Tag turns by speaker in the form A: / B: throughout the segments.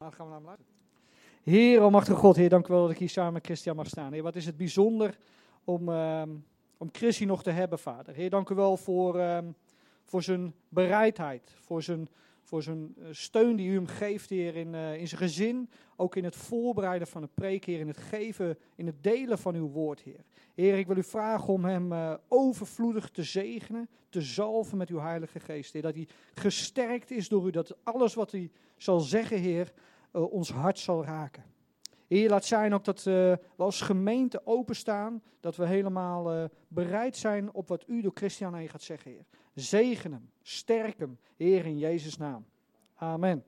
A: Dan gaan we naar hem luisteren. Heer, almachtige God, Heer, dank u wel dat ik hier samen met Christian mag staan. Heer, wat is het bijzonder om Chris hier nog te hebben, Vader. Heer, dank u wel voor zijn bereidheid, voor zijn steun die u hem geeft, Heer, in zijn gezin. Ook in het voorbereiden van de preek, Heer, in het geven, in het delen van uw woord, Heer. Heer, ik wil u vragen om hem overvloedig te zegenen, te zalven met uw Heilige Geest, Heer. Dat hij gesterkt is door u, dat alles wat hij zal zeggen, Heer, ons hart zal raken. Heer, laat zijn ook dat we als gemeente openstaan, dat we helemaal bereid zijn op wat u door Christian heen gaat zeggen, Heer. Zegen hem, sterk hem, Heer, in Jezus' naam. Amen.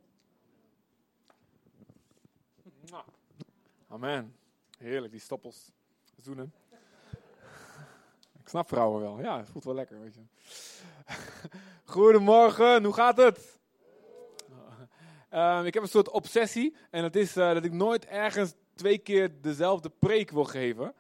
B: Amen. Heerlijk, die stoppels. Zoenen. Ik snap vrouwen wel. Ja, het voelt wel lekker, weet je. Goedemorgen, hoe gaat het? Ik heb een soort obsessie. En dat is dat ik nooit ergens 2 keer dezelfde preek wil geven.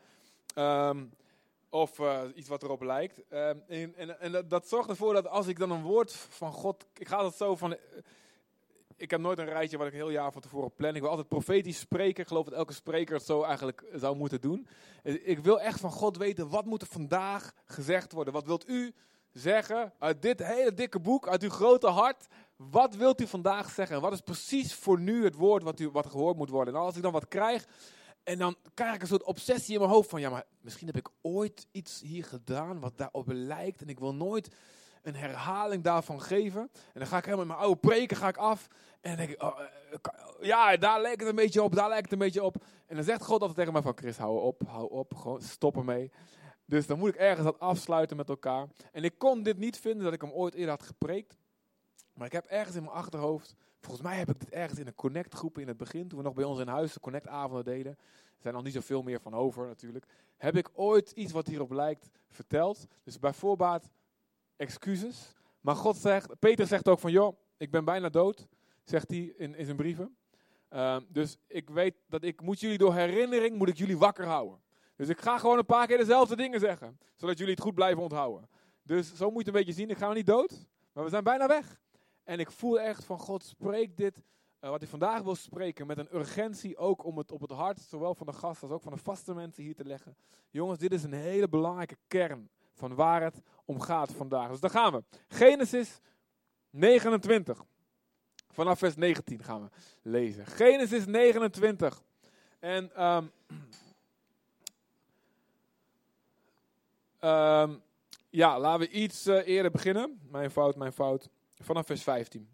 B: Of iets wat erop lijkt. En dat zorgt ervoor dat als ik dan een woord van God... Ik ga dat zo van... Ik heb nooit een rijtje wat ik een heel jaar van tevoren plan. Ik wil altijd profetisch spreken. Ik geloof dat elke spreker het zo eigenlijk zou moeten doen. Ik wil echt van God weten, wat moet er vandaag gezegd worden? Wat wilt u zeggen uit dit hele dikke boek, uit uw grote hart? Wat wilt u vandaag zeggen? En wat is precies voor nu het woord wat gehoord moet worden? En als ik dan wat krijg, en dan krijg ik een soort obsessie in mijn hoofd van, ja, maar misschien heb ik ooit iets hier gedaan wat daarop lijkt. En ik wil nooit een herhaling daarvan geven. En dan ga ik helemaal in mijn oude preken af. En dan denk ik, ja, daar lijkt het een beetje op, daar lijkt het een beetje op. En dan zegt God altijd tegen mij van, Chris, hou op, gewoon stop ermee. Dus dan moet ik ergens dat afsluiten met elkaar. En ik kon dit niet vinden dat ik hem ooit eerder had gepreekt. Maar ik heb ergens in mijn achterhoofd, volgens mij heb ik dit ergens in een connectgroep in het begin, toen we nog bij ons in huis de connectavonden deden, er zijn nog niet zoveel meer van over natuurlijk, heb ik ooit iets wat hierop lijkt verteld. Dus bij voorbaat excuses. Maar Peter zegt ook van, joh, ik ben bijna dood, zegt hij in zijn brieven. Dus ik weet dat door herinnering moet ik jullie wakker houden. Dus ik ga gewoon een paar keer dezelfde dingen zeggen, zodat jullie het goed blijven onthouden. Dus zo moet je het een beetje zien, ik ga niet dood, maar we zijn bijna weg. En ik voel echt van God, spreek dit, wat ik vandaag wil spreken, met een urgentie ook om het op het hart, zowel van de gast als ook van de vaste mensen hier te leggen. Jongens, dit is een hele belangrijke kern van waar het om gaat vandaag. Dus daar gaan we. Genesis 29. Vanaf vers 19 gaan we lezen. Genesis 29. En ja, laten we iets eerder beginnen. Mijn fout. Vanaf vers 15.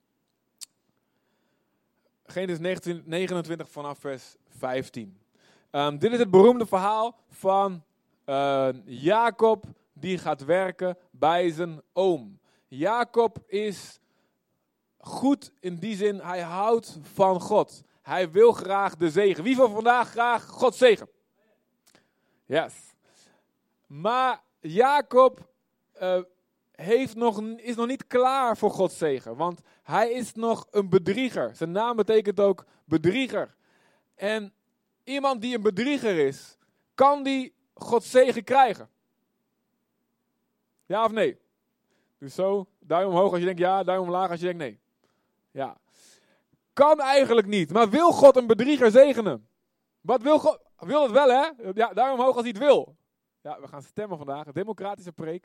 B: Genesis 29 vanaf vers 15. Dit is het beroemde verhaal van Jacob die gaat werken bij zijn oom. Jacob is goed in die zin, hij houdt van God. Hij wil graag de zegen. Wie wil vandaag graag Gods zegen? Yes. Maar Jacob is nog niet klaar voor Gods zegen. Want hij is nog een bedrieger. Zijn naam betekent ook bedrieger. En iemand die een bedrieger is, kan die Gods zegen krijgen? Ja of nee? Dus zo, duim omhoog als je denkt ja, duim omlaag als je denkt nee. Ja. Kan eigenlijk niet. Maar wil God een bedrieger zegenen? Wat wil God? Wil het wel, hè? Ja, duim omhoog als hij het wil. Ja, we gaan stemmen vandaag. Een democratische preek.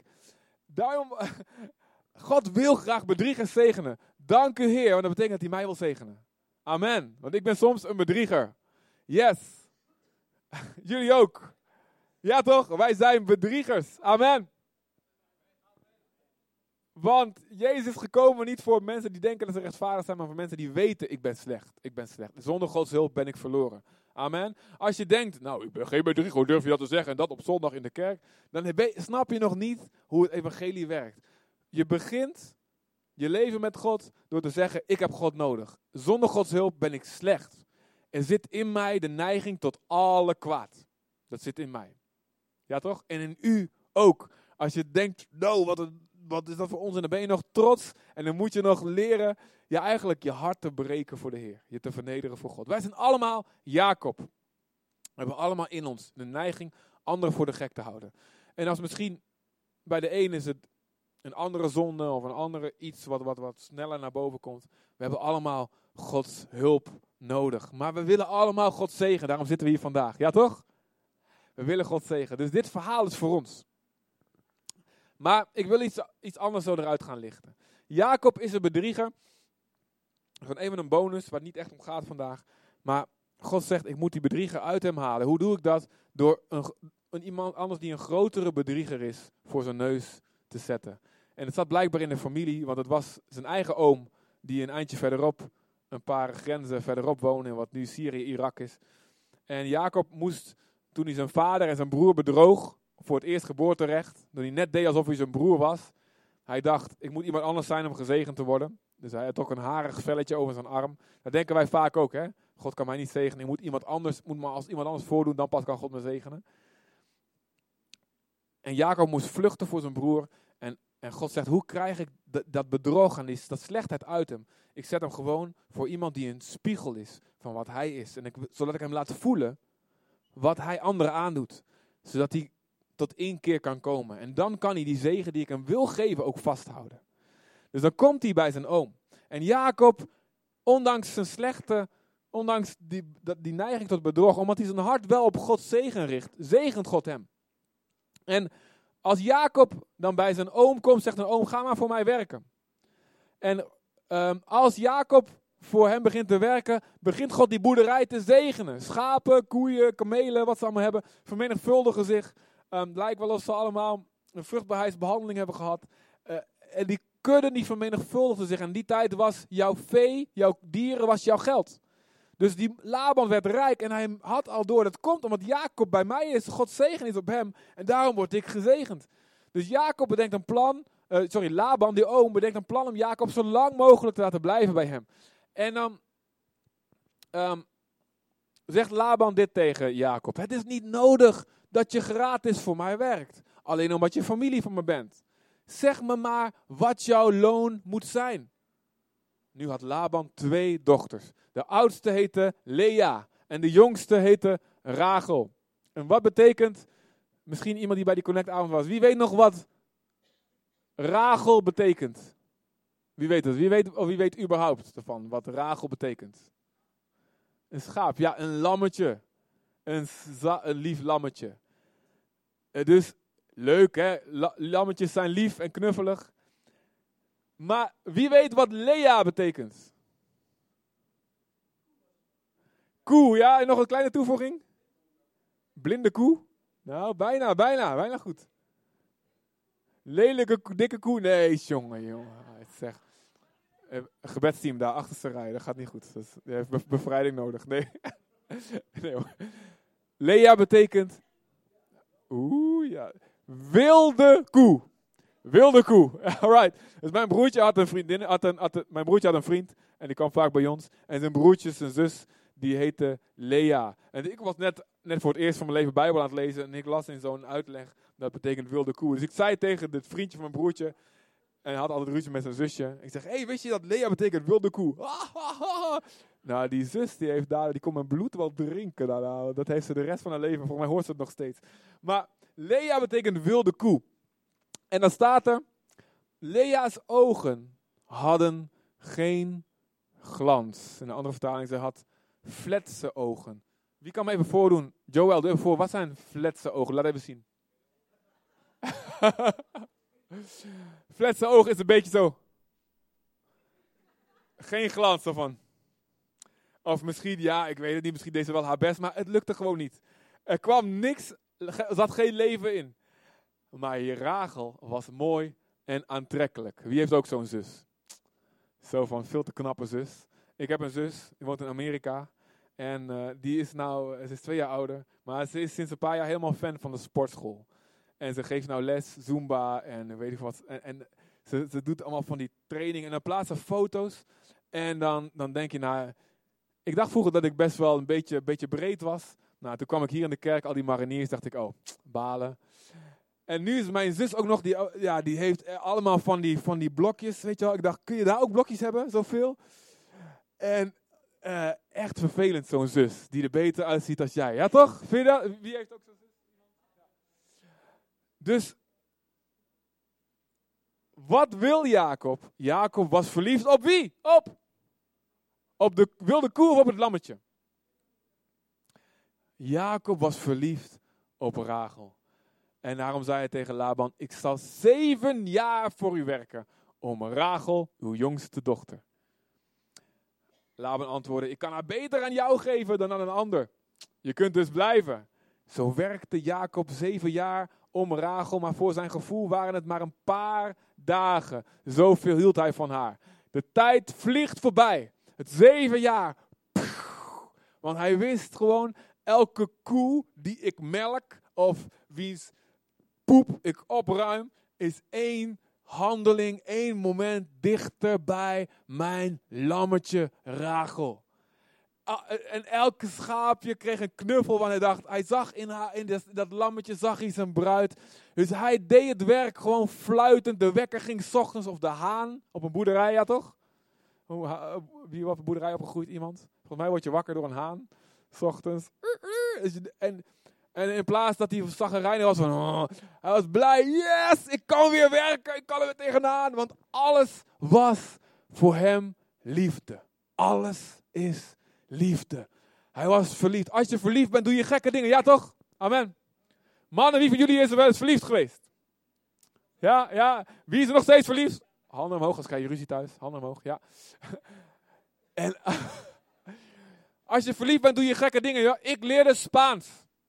B: God wil graag bedriegers zegenen. Dank u Heer, want dat betekent dat hij mij wil zegenen. Amen. Want ik ben soms een bedrieger. Yes. Jullie ook. Ja toch? Wij zijn bedriegers. Amen. Want Jezus is gekomen niet voor mensen die denken dat ze rechtvaardig zijn, maar voor mensen die weten, ik ben slecht. Ik ben slecht. Zonder Gods hulp ben ik verloren. Amen. Als je denkt, nou, ik ben geen bedrieger, hoe durf je dat te zeggen? En dat op zondag in de kerk. Dan snap je nog niet hoe het evangelie werkt. Je begint je leven met God door te zeggen, ik heb God nodig. Zonder Gods hulp ben ik slecht. Er zit in mij de neiging tot alle kwaad. Dat zit in mij. Ja toch? En in u ook. Als je denkt, nou, wat is dat voor ons? En dan ben je nog trots. En dan moet je nog leren, ja, eigenlijk je hart te breken voor de Heer. Je te vernederen voor God. Wij zijn allemaal Jacob. We hebben allemaal in ons de neiging anderen voor de gek te houden. En als misschien bij de een is het een andere zonde of een andere iets wat sneller naar boven komt. We hebben allemaal Gods hulp nodig. Maar we willen allemaal God zegen. Daarom zitten we hier vandaag. Ja, toch? We willen God zegen. Dus dit verhaal is voor ons. Maar ik wil iets anders zo eruit gaan lichten. Jacob is een bedrieger. Gewoon even een bonus, waar het niet echt om gaat vandaag. Maar God zegt, ik moet die bedrieger uit hem halen. Hoe doe ik dat? Door iemand anders die een grotere bedrieger is voor zijn neus te zetten. En het zat blijkbaar in de familie, want het was zijn eigen oom die een eindje verderop, een paar grenzen verderop woonde, in wat nu Syrië, Irak is. En Jacob moest, toen hij zijn vader en zijn broer bedroog, voor het eerstgeboorterecht, toen hij net deed alsof hij zijn broer was, hij dacht, ik moet iemand anders zijn om gezegend te worden. Dus hij had ook een harig velletje over zijn arm. Dat denken wij vaak ook, hè. God kan mij niet zegenen, ik moet me als iemand anders voordoen, dan pas kan God me zegenen. En Jacob moest vluchten voor zijn broer. En God zegt, hoe krijg ik dat bedrog en dat slechtheid uit hem? Ik zet hem gewoon voor iemand die een spiegel is van wat hij is. Zodat ik hem laat voelen wat hij anderen aandoet. Zodat hij tot inkeer kan komen. En dan kan hij die zegen die ik hem wil geven ook vasthouden. Dus dan komt hij bij zijn oom. En Jacob, ondanks zijn ondanks die neiging tot bedrog, omdat hij zijn hart wel op Gods zegen richt, zegent God hem. En als Jacob dan bij zijn oom komt, zegt een oom, ga maar voor mij werken. En als Jacob voor hem begint te werken, begint God die boerderij te zegenen. Schapen, koeien, kamelen, wat ze allemaal hebben, vermenigvuldigen zich. Lijkt wel of ze allemaal een vruchtbaarheidsbehandeling hebben gehad. En die kudde die vermenigvuldigden zich. En in die tijd was jouw vee, jouw dieren, was jouw geld. Dus die Laban werd rijk en hij had al door, dat komt omdat Jacob bij mij is, Gods zegen is op hem en daarom word ik gezegend. Dus Jacob bedenkt een plan, Laban, die oom, bedenkt een plan om Jacob zo lang mogelijk te laten blijven bij hem. En dan zegt Laban dit tegen Jacob, het is niet nodig dat je gratis voor mij werkt, alleen omdat je familie van me bent. Zeg me maar wat jouw loon moet zijn. Nu had Laban 2 dochters. De oudste heette Lea en de jongste heette Rachel. En wat betekent, misschien iemand die bij die Connect-avond was, wie weet nog wat Rachel betekent? Wie weet het? Wie weet überhaupt ervan wat Rachel betekent? Een schaap, ja, een lammetje. Een lief lammetje. Dus leuk, hè? Lammetjes zijn lief en knuffelig. Maar wie weet wat Lea betekent? Koe, ja? En nog een kleine toevoeging? Blinde koe? Nou, bijna goed. Lelijke, dikke koe? Nee, jongen. Zeg. Gebedsteam daar, achterste rij, dat gaat niet goed. Die heeft bevrijding nodig. Nee. Nee hoor. Lea betekent... ja. Wilde koe. Wilde koe. Alright. Dus mijn broertje had een vriendin. Mijn broertje had een vriend. En die kwam vaak bij ons. En zijn broertje, zijn zus, die heette Lea. En ik was net voor het eerst van mijn leven Bijbel aan het lezen. En ik las in zo'n uitleg. Dat betekent wilde koe. Dus ik zei tegen dit vriendje van mijn broertje. En hij had altijd ruzie met zijn zusje. Ik zeg, hey, wist je dat Lea betekent wilde koe? Nou, die zus, die kon mijn bloed wel drinken. Dat heeft ze de rest van haar leven. Volgens mij hoort ze het nog steeds. Maar Lea betekent wilde koe. En dan staat er, Lea's ogen hadden geen glans. In een andere vertaling, ze had fletse ogen. Wie kan me even voordoen? Joel, doe even voor. Wat zijn fletse ogen? Laat even zien. Fletse ogen is een beetje zo. Geen glans ervan. Of misschien, ja, ik weet het niet, misschien deed ze wel haar best, maar het lukte gewoon niet. Er kwam niks, er zat geen leven in. Maar Rachel was mooi en aantrekkelijk. Wie heeft ook zo'n zus? Zo van, veel te knappe zus. Ik heb een zus, die woont in Amerika. En ze is 2 jaar ouder. Maar ze is sinds een paar jaar helemaal fan van de sportschool. En ze geeft nou les, Zumba en weet ik wat. En ze doet allemaal van die trainingen. En dan plaatst ze foto's. En dan denk je, nou... Ik dacht vroeger dat ik best wel een beetje breed was. Nou, toen kwam ik hier in de kerk, al die mariniers, dacht ik, oh, balen. En nu is mijn zus ook nog, die heeft allemaal van die blokjes, weet je wel. Ik dacht, kun je daar ook blokjes hebben, zoveel? En echt vervelend, zo'n zus, die er beter uitziet als jij. Ja, toch? Vind je dat? Wie heeft ook zo'n zus? Dus, wat wil Jacob? Jacob was verliefd op wie? Op de wilde koe of op het lammetje? Jacob was verliefd op Rachel. En daarom zei hij tegen Laban, ik zal 7 jaar voor u werken om Rachel, uw jongste dochter. Laban antwoordde, ik kan haar beter aan jou geven dan aan een ander. Je kunt dus blijven. Zo werkte Jacob 7 jaar om Rachel, maar voor zijn gevoel waren het maar een paar dagen. Zoveel hield hij van haar. De tijd vliegt voorbij. Het 7 jaar. Want hij wist gewoon, elke koe die ik melk of wiens poep ik opruim, is 1 handeling, 1 moment dichter bij mijn lammetje Rachel. En elke schaapje kreeg een knuffel, want hij dacht, hij zag in dat lammetje zag hij zijn bruid. Dus hij deed het werk gewoon fluitend. De wekker ging 's ochtends, of de haan op een boerderij, ja toch? Wie op een boerderij opgegroeid, iemand? Volgens mij word je wakker door een haan, 's ochtends. En in plaats dat hij chagrijnig was van, hij was blij, yes, ik kan weer werken, ik kan er weer tegenaan. Want alles was voor hem liefde. Alles is liefde. Hij was verliefd. Als je verliefd bent, doe je gekke dingen, ja toch? Amen. Mannen, wie van jullie is er wel eens verliefd geweest? Ja. Wie is er nog steeds verliefd? Handen omhoog, als krijg je ruzie thuis. Handen omhoog, ja. En als je verliefd bent, doe je gekke dingen. Ja? Ik leerde Spaans.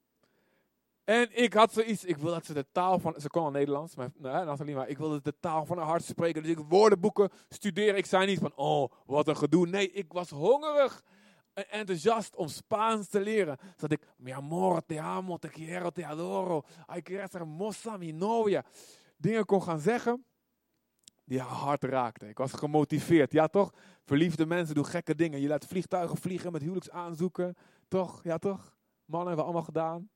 B: En ik had zoiets, ik wil dat ze de taal van, ze kon al Nederlands, maar ik wilde de taal van haar hart spreken. Dus ik woordenboeken studeren. Ik zei niet van, oh, wat een gedoe. Nee, ik was hongerig en enthousiast om Spaans te leren. Zodat ik, mi amor, te amo, te quiero, te adoro. Ay, que eres hermosa, mi novia. Dingen kon gaan zeggen die haar hart raakten. Ik was gemotiveerd, ja toch? Verliefde mensen doen gekke dingen. Je laat vliegtuigen vliegen met huwelijksaanzoeken. Toch, ja toch? Mannen hebben we allemaal gedaan.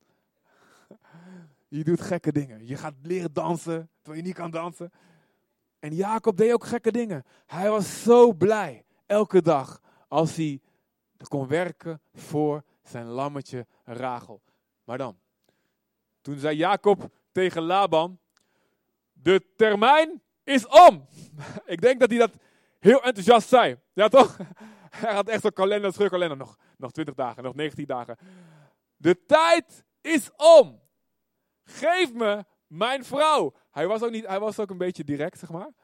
B: Je doet gekke dingen. Je gaat leren dansen, terwijl je niet kan dansen. En Jacob deed ook gekke dingen. Hij was zo blij, elke dag, als hij kon werken voor zijn lammetje Rachel. Maar dan, toen zei Jacob tegen Laban, de termijn is om. Ik denk dat hij dat heel enthousiast zei. Ja toch? Hij had echt zo'n kalender, scheurkalender. Nog 20 dagen, nog 19 dagen. De tijd is om. Geef me mijn vrouw. Hij was ook een beetje direct, zeg maar.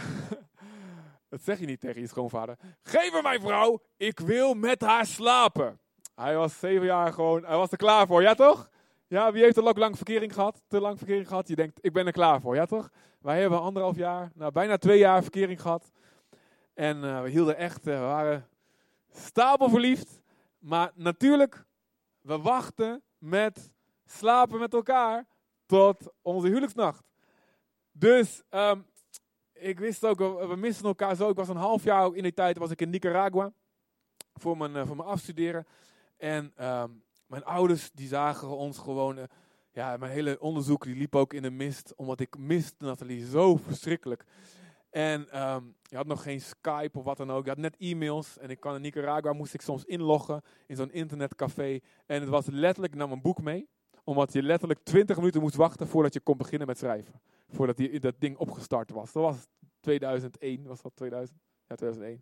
B: Dat zeg je niet tegen je schoonvader. Geef me mijn vrouw. Ik wil met haar slapen. Hij was 7 jaar gewoon, hij was er klaar voor, ja toch? Ja, wie heeft er ook lang verkering gehad? Te lang verkering gehad? Je denkt, ik ben er klaar voor, ja toch? Wij hebben 1,5 jaar, bijna 2 jaar verkering gehad. En we hielden echt, we waren stapelverliefd. Maar natuurlijk, we wachten met slapen met elkaar tot onze huwelijksnacht. Dus ik wist ook, we misten elkaar zo. Ik was 1,5 jaar ook in die tijd, was ik in Nicaragua voor mijn afstuderen. En mijn ouders die zagen ons gewoon, mijn hele onderzoek die liep ook in de mist, omdat ik miste Nathalie zo verschrikkelijk. En je had nog geen Skype of wat dan ook. Je had net e-mails. En in Nicaragua moest ik soms inloggen in zo'n internetcafé. En het was letterlijk, ik nam een boek mee. Omdat je letterlijk 20 minuten moest wachten voordat je kon beginnen met schrijven. Voordat dat ding opgestart was. Dat was 2001. Was dat 2000? Ja, 2001.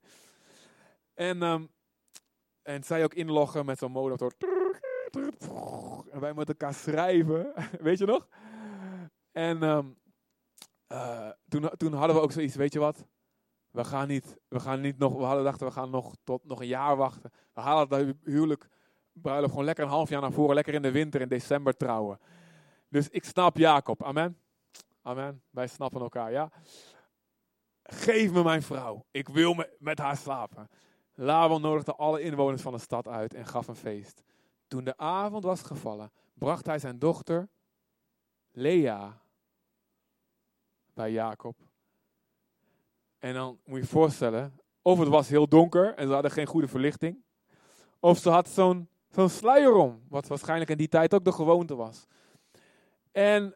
B: En zij ook inloggen met zo'n modem. En wij met elkaar schrijven. Weet je nog? En toen hadden we ook zoiets, weet je wat? We gaan nog een jaar wachten. We halen dat huwelijk, bruiloft gewoon lekker 1,5 jaar naar voren. Lekker in de winter, in december trouwen. Dus ik snap Jacob. Amen. Amen. Wij snappen elkaar, ja. Geef me mijn vrouw. Ik wil met haar slapen. Laban nodigde alle inwoners van de stad uit en gaf een feest. Toen de avond was gevallen, bracht hij zijn dochter Lea bij Jacob. En dan moet je je voorstellen, of het was heel donker en ze hadden geen goede verlichting. Of ze had zo'n sluier om, wat waarschijnlijk in die tijd ook de gewoonte was. En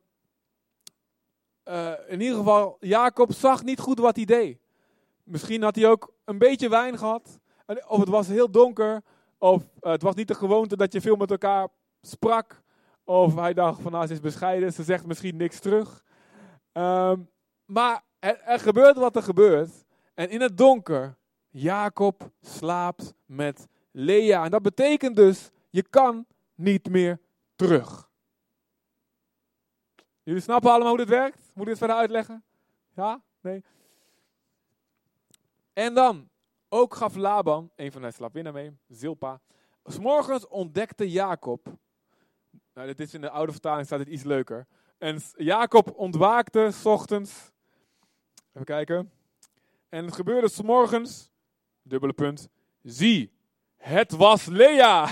B: in ieder geval, Jacob zag niet goed wat hij deed. Misschien had hij ook een beetje wijn gehad. Of het was heel donker. Of het was niet de gewoonte dat je veel met elkaar sprak. Of hij dacht van, ze is bescheiden, ze zegt misschien niks terug. Maar er gebeurt wat er gebeurt. En in het donker Jacob slaapt met Lea. En dat betekent dus, je kan niet meer terug. Jullie snappen allemaal hoe dit werkt? Moet ik dit verder uitleggen? Ja? Nee? En dan, ook gaf Laban, een van zijn slavinnen mee, Zilpa. 's Morgens ontdekte Jacob, nou dit is in de oude vertaling staat het iets leuker. En Jacob ontwaakte 's ochtends, even kijken. En het gebeurde 's morgens, dubbele punt, zie, het was Lea.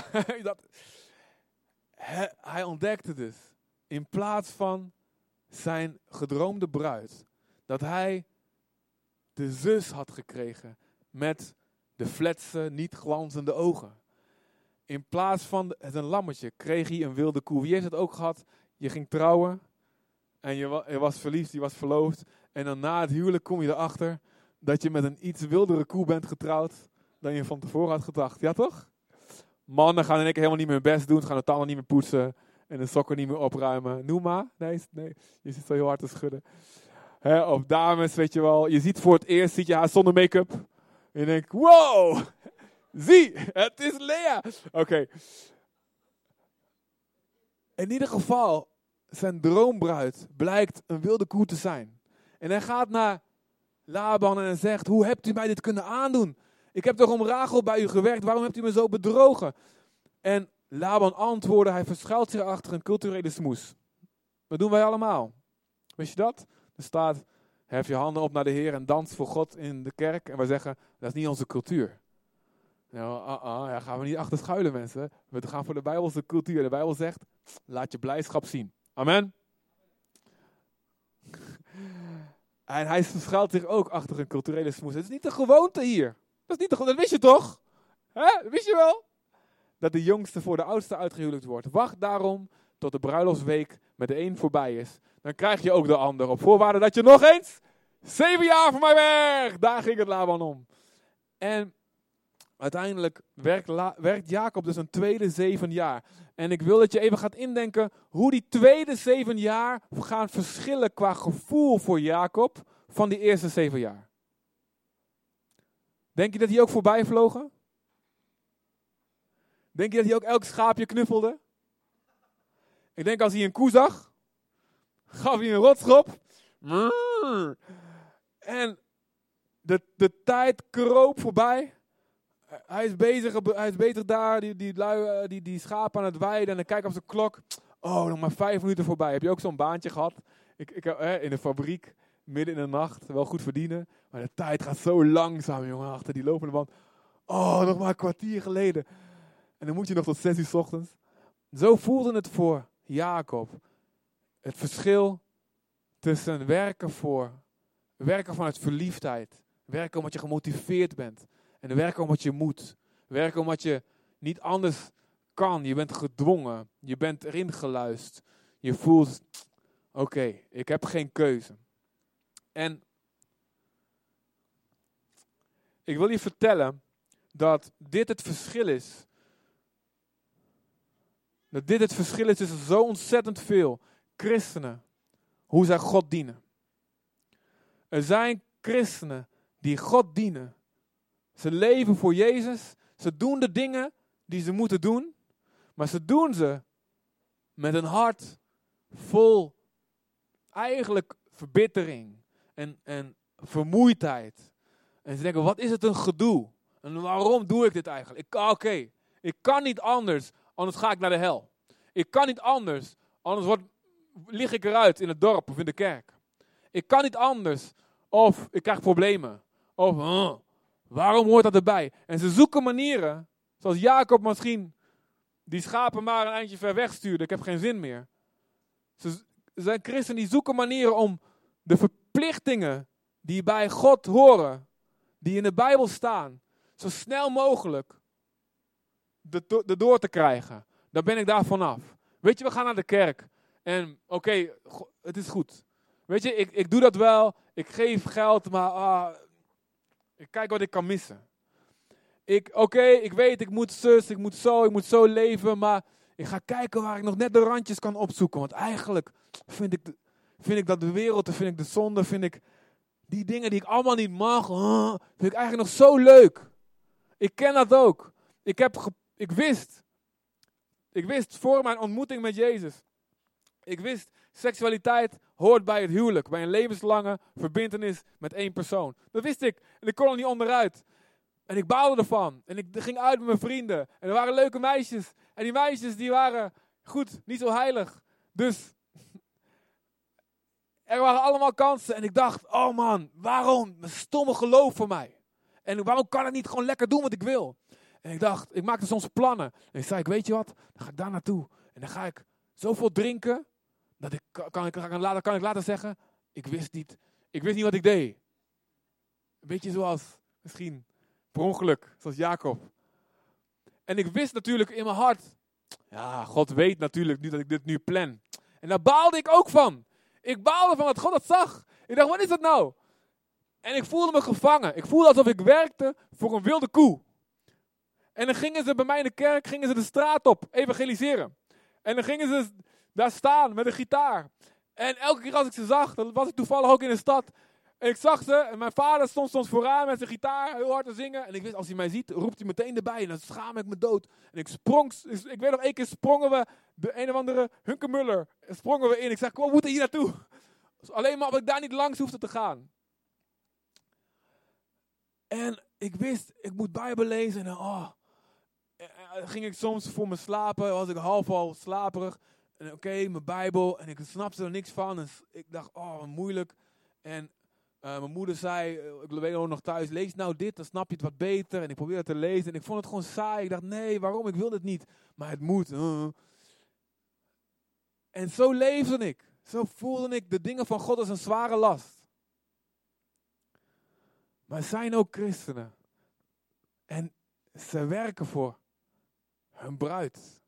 B: Hij ontdekte dus, in plaats van zijn gedroomde bruid, dat hij de zus had gekregen met de fletse, niet glanzende ogen. In plaats van het een lammetje, kreeg hij een wilde koe. Wie heeft het ook gehad? Je ging trouwen en je was verliefd, je was verloofd. En dan na het huwelijk kom je erachter dat je met een iets wildere koe bent getrouwd dan je van tevoren had gedacht. Ja toch? Mannen gaan in één keer helemaal niet meer hun best doen, gaan de tanden niet meer poetsen en de sokken niet meer opruimen. Noem maar. Nee, je zit zo heel hard te schudden. Of dames, weet je wel. Je ziet voor het eerst, ziet je haar zonder make-up. En je denkt, wow, zie, het is Lea. Oké. In ieder geval, zijn droombruid blijkt een wilde koe te zijn. En hij gaat naar Laban en hij zegt, hoe hebt u mij dit kunnen aandoen? Ik heb toch om Rachel bij u gewerkt, waarom hebt u me zo bedrogen? En Laban antwoordde, hij verschuilt zich achter een culturele smoes. Dat doen wij allemaal. Wist je dat? Er staat, hef je handen op naar de Heer en dans voor God in de kerk. En wij zeggen, dat is niet onze cultuur. Nou, daar gaan we niet achter schuilen, mensen. We gaan voor de Bijbelse cultuur. De Bijbel zegt, laat je blijdschap zien. Amen. En hij verschuilt zich ook achter een culturele smoes. Het is niet de gewoonte hier. Dat wist je toch? Dat wist je wel? Dat de jongste voor de oudste uitgehuwelijkt wordt. Wacht daarom tot de bruiloftsweek met de een voorbij is. Dan krijg je ook de ander. Op voorwaarde dat je nog eens 7 jaar van mij weg. Daar ging het Laban om. En uiteindelijk werkt Jacob dus een tweede 7 jaar. En ik wil dat je even gaat indenken hoe die tweede 7 jaar gaan verschillen qua gevoel voor Jacob van die eerste 7 jaar. Denk je dat die ook voorbij vlogen? Denk je dat hij ook elk schaapje knuffelde? Ik denk als hij een koe zag, gaf hij een rotschop. En de tijd kroop voorbij. Hij is bezig daar, die schapen aan het weiden. En dan kijkt op zijn klok. Oh, nog maar 5 minuten voorbij. Heb je ook zo'n baantje gehad? Ik in de fabriek, midden in de nacht, wel goed verdienen. Maar de tijd gaat zo langzaam, jongen, achter die lopende band. Oh, nog maar een kwartier geleden. En dan moet je nog tot 6 uur 's ochtends. Zo voelde het voor Jacob. Het verschil tussen werken vanuit verliefdheid. Werken omdat je gemotiveerd bent. En werken omdat je moet. Werken omdat je niet anders kan. Je bent gedwongen. Je bent erin geluisterd. Je voelt, oké, ik heb geen keuze. En ik wil je vertellen dat dit het verschil is. Dat dit het verschil is tussen zo ontzettend veel christenen. Hoe zij God dienen. Er zijn christenen die God dienen. Ze leven voor Jezus. Ze doen de dingen die ze moeten doen. Maar ze doen ze met een hart vol eigenlijk verbittering en vermoeidheid. En ze denken, wat is het een gedoe? En waarom doe ik dit eigenlijk? Ik kan niet anders, anders ga ik naar de hel. Ik kan niet anders, anders lig ik eruit in het dorp of in de kerk. Ik kan niet anders, of ik krijg problemen. Of, waarom hoort dat erbij? En ze zoeken manieren, zoals Jacob misschien die schapen maar een eindje ver weg stuurde. Ik heb geen zin meer. Ze zijn christenen die zoeken manieren om de verplichtingen die bij God horen, die in de Bijbel staan, zo snel mogelijk door te krijgen. Dan ben ik daar vanaf. Weet je, we gaan naar de kerk. En oké, het is goed. Weet je, ik doe dat wel. Ik geef geld, maar ik kijk wat ik kan missen. Ik weet, ik moet ik moet zo leven, maar ik ga kijken waar ik nog net de randjes kan opzoeken. Want eigenlijk vind ik dat de wereld, vind ik de zonde, vind ik Die dingen die ik allemaal niet mag, vind ik eigenlijk nog zo leuk. Ik ken dat ook. Ik wist voor mijn ontmoeting met Jezus. Ik wist, seksualiteit hoort bij het huwelijk. Bij een levenslange verbintenis met één persoon. Dat wist ik. En ik kon er niet onderuit. En ik baalde ervan. En ik ging uit met mijn vrienden. En er waren leuke meisjes. En die meisjes die waren, goed, niet zo heilig. Dus er waren allemaal kansen. En ik dacht, oh man, waarom? Een stomme geloof voor mij. En waarom kan ik niet gewoon lekker doen wat ik wil? En ik dacht, ik maakte soms plannen. En ik zei, weet je wat? Dan ga ik daar naartoe. En dan ga ik zoveel drinken. Dat kan ik later zeggen, ik wist niet wat ik deed. Een beetje zoals, misschien, per ongeluk, zoals Jacob. En ik wist natuurlijk in mijn hart, ja, God weet natuurlijk nu dat ik dit nu plan. En daar baalde ik ook van. Ik baalde van dat God dat zag. Ik dacht, wat is dat nou? En ik voelde me gevangen. Ik voelde alsof ik werkte voor een wilde koe. En dan gingen ze bij mij in de kerk, gingen ze de straat op, evangeliseren. En dan gingen ze daar staan met een gitaar. En elke keer als ik ze zag, dan was ik toevallig ook in de stad. En ik zag ze en mijn vader stond soms vooraan met zijn gitaar heel hard te zingen. En ik wist, als hij mij ziet, roept hij meteen erbij. En dan schaam ik me dood. En ik weet nog, één keer sprongen we de een of andere Hunkemuller. Sprongen we in. Ik zeg, kom, we moeten hier naartoe. Dus alleen maar omdat ik daar niet langs hoefde te gaan. En ik wist, ik moet Bijbel lezen. En ging ik soms voor me slapen, was ik half al slaperig. En oké, mijn Bijbel. En ik snapte er niks van. En ik dacht, wat moeilijk. En mijn moeder zei, ik weet nog thuis, lees nou dit, dan snap je het wat beter. En ik probeerde het te lezen. En ik vond het gewoon saai. Ik dacht, nee, waarom? Ik wil dit niet. Maar het moet. En zo leefde ik. Zo voelde ik de dingen van God als een zware last. Maar er zijn ook christenen. En ze werken voor hun bruid.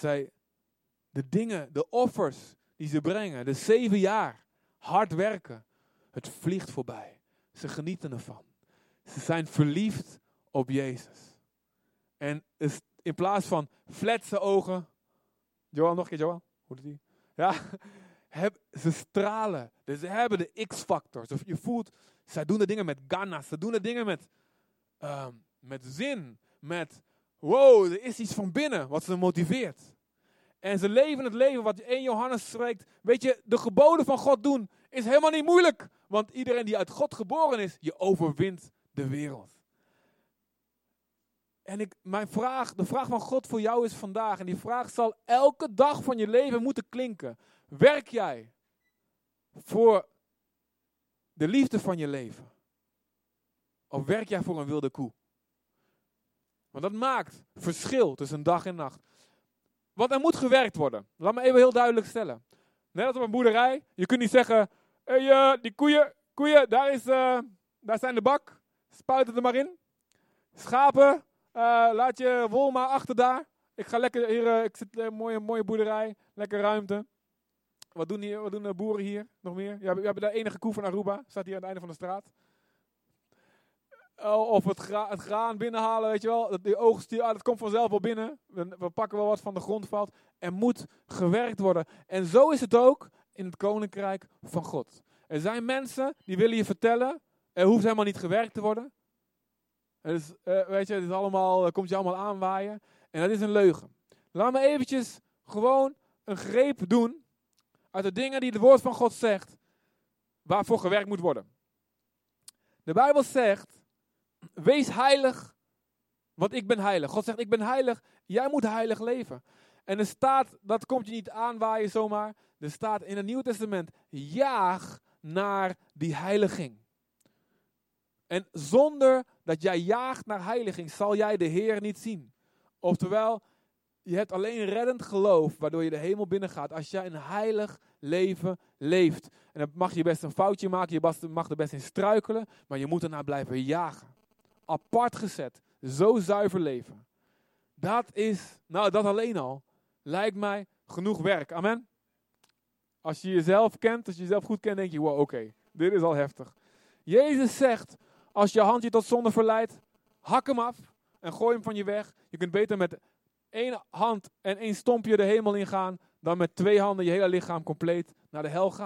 B: De offers die ze brengen, de 7 jaar hard werken. Het vliegt voorbij. Ze genieten ervan. Ze zijn verliefd op Jezus. En in plaats van fletse ogen. Johan, nog een keer Johan. Hoe doet hij? Ja. Ze stralen. Dus ze hebben de X-factor. Je voelt, zij doen de dingen met ganas. Ze doen de dingen met zin. Met, wow, er is iets van binnen wat ze motiveert. En ze leven het leven wat 1 Johannes spreekt. Weet je, de geboden van God doen is helemaal niet moeilijk. Want iedereen die uit God geboren is, je overwint de wereld. En de vraag van God voor jou is vandaag. En die vraag zal elke dag van je leven moeten klinken. Werk jij voor de liefde van je leven? Of werk jij voor een wilde koe? Want dat maakt verschil tussen dag en nacht. Want er moet gewerkt worden. Laat me even heel duidelijk stellen. Net als op een boerderij. Je kunt niet zeggen, die koeien, daar zijn de bak. Spuit het er maar in. Schapen, laat je wol maar achter daar. Ik ga lekker hier, ik zit in een mooie boerderij. Lekker ruimte. Wat doen de boeren hier nog meer? Je hebt de enige koe van Aruba. Staat hier aan het einde van de straat. Of het graan binnenhalen, weet je wel. Die oogst, dat komt vanzelf wel binnen. We pakken wel wat van de grond valt. Er moet gewerkt worden. En zo is het ook in het koninkrijk van God. Er zijn mensen die willen je vertellen, er hoeft helemaal niet gewerkt te worden. Dus, weet je, het komt je allemaal aanwaaien. En dat is een leugen. Laat me eventjes gewoon een greep doen uit de dingen die het woord van God zegt, waarvoor gewerkt moet worden. De Bijbel zegt, wees heilig, want ik ben heilig. God zegt, ik ben heilig, jij moet heilig leven. En er staat, dat komt je niet aanwaaien zomaar. Er staat in het Nieuwe Testament, jaag naar die heiliging. En zonder dat jij jaagt naar heiliging, zal jij de Heer niet zien. Oftewel, je hebt alleen reddend geloof, waardoor je de hemel binnengaat. Als jij een heilig leven leeft. En dan mag je best een foutje maken, je mag er best in struikelen, maar je moet ernaar blijven jagen. Apart gezet, zo zuiver leven. Dat alleen al, lijkt mij genoeg werk. Amen? Als je jezelf kent, als je jezelf goed kent, denk je, wow, oké, dit is al heftig. Jezus zegt, als je hand je tot zonde verleidt, hak hem af en gooi hem van je weg. Je kunt beter met 1 hand en 1 stompje de hemel ingaan, dan met 2 handen je hele lichaam compleet naar de hel gaan.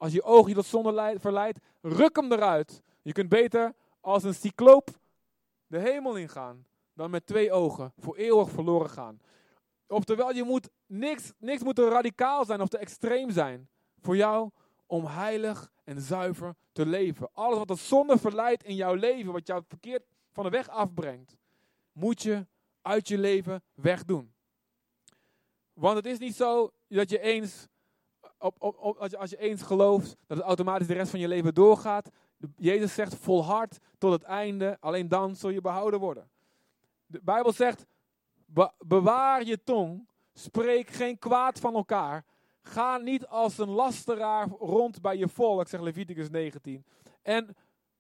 B: als je oog je tot zonde verleidt, ruk hem eruit. Je kunt beter als een cycloop de hemel ingaan, dan met 2 ogen voor eeuwig verloren gaan. Oftewel, je moet niks moet te radicaal zijn of te extreem zijn voor jou om heilig en zuiver te leven. Alles wat de zonde verleidt in jouw leven, wat jou verkeerd van de weg afbrengt, moet je uit je leven wegdoen. Want het is niet zo dat je eens, als je eens gelooft, dat het automatisch de rest van je leven doorgaat. Jezus zegt volhard tot het einde, alleen dan zul je behouden worden. De Bijbel zegt, bewaar je tong, spreek geen kwaad van elkaar. Ga niet als een lasteraar rond bij je volk, zegt Leviticus 19. En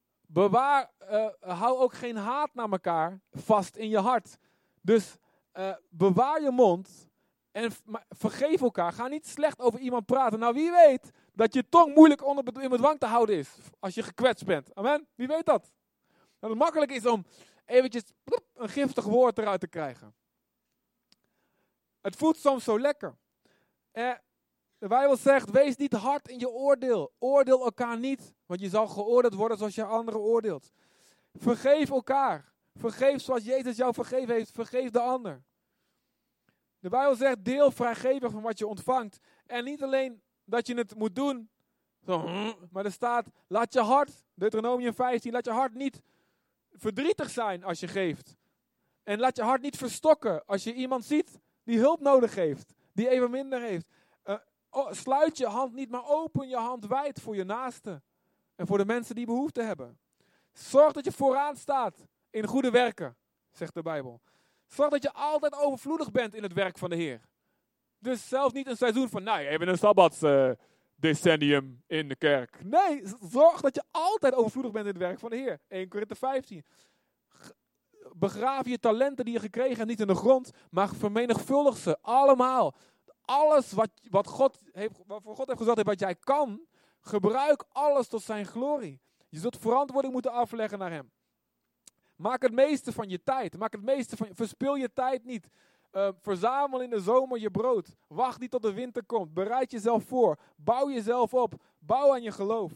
B: hou ook geen haat naar elkaar vast in je hart. Dus bewaar je mond en vergeef elkaar. Ga niet slecht over iemand praten. Nou, wie weet dat je tong moeilijk in bedwang te houden is als je gekwetst bent. Amen? Wie weet dat? Dat het makkelijk is om eventjes een giftig woord eruit te krijgen. Het voelt soms zo lekker. De Bijbel zegt, wees niet hard in je oordeel. Oordeel elkaar niet, want je zal geoordeeld worden zoals je anderen oordeelt. Vergeef elkaar. Vergeef zoals Jezus jou vergeven heeft. Vergeef de ander. De Bijbel zegt, deel vrijgevig van wat je ontvangt. En niet alleen dat je het moet doen, maar er staat, laat je hart, Deuteronomium 15, laat je hart niet verdrietig zijn als je geeft. En laat je hart niet verstokken als je iemand ziet die hulp nodig heeft, die even minder heeft. Sluit je hand niet, maar open je hand wijd voor je naaste. En voor de mensen die behoefte hebben. Zorg dat je vooraan staat in goede werken, zegt de Bijbel. Zorg dat je altijd overvloedig bent in het werk van de Heer. Dus zelfs niet een seizoen van, even een sabbatsdecennium in de kerk. Nee, zorg dat je altijd overvloedig bent in het werk van de Heer. 1 Korinthe 15. Begraaf je talenten die je gekregen hebt niet in de grond, maar vermenigvuldig ze allemaal. Alles wat God heeft gezegd wat jij kan, gebruik alles tot zijn glorie. Je zult verantwoording moeten afleggen naar hem. Maak het meeste van je tijd. Verspil je tijd niet. Verzamel in de zomer je brood. Wacht niet tot de winter komt. Bereid jezelf voor. Bouw jezelf op. Bouw aan je geloof.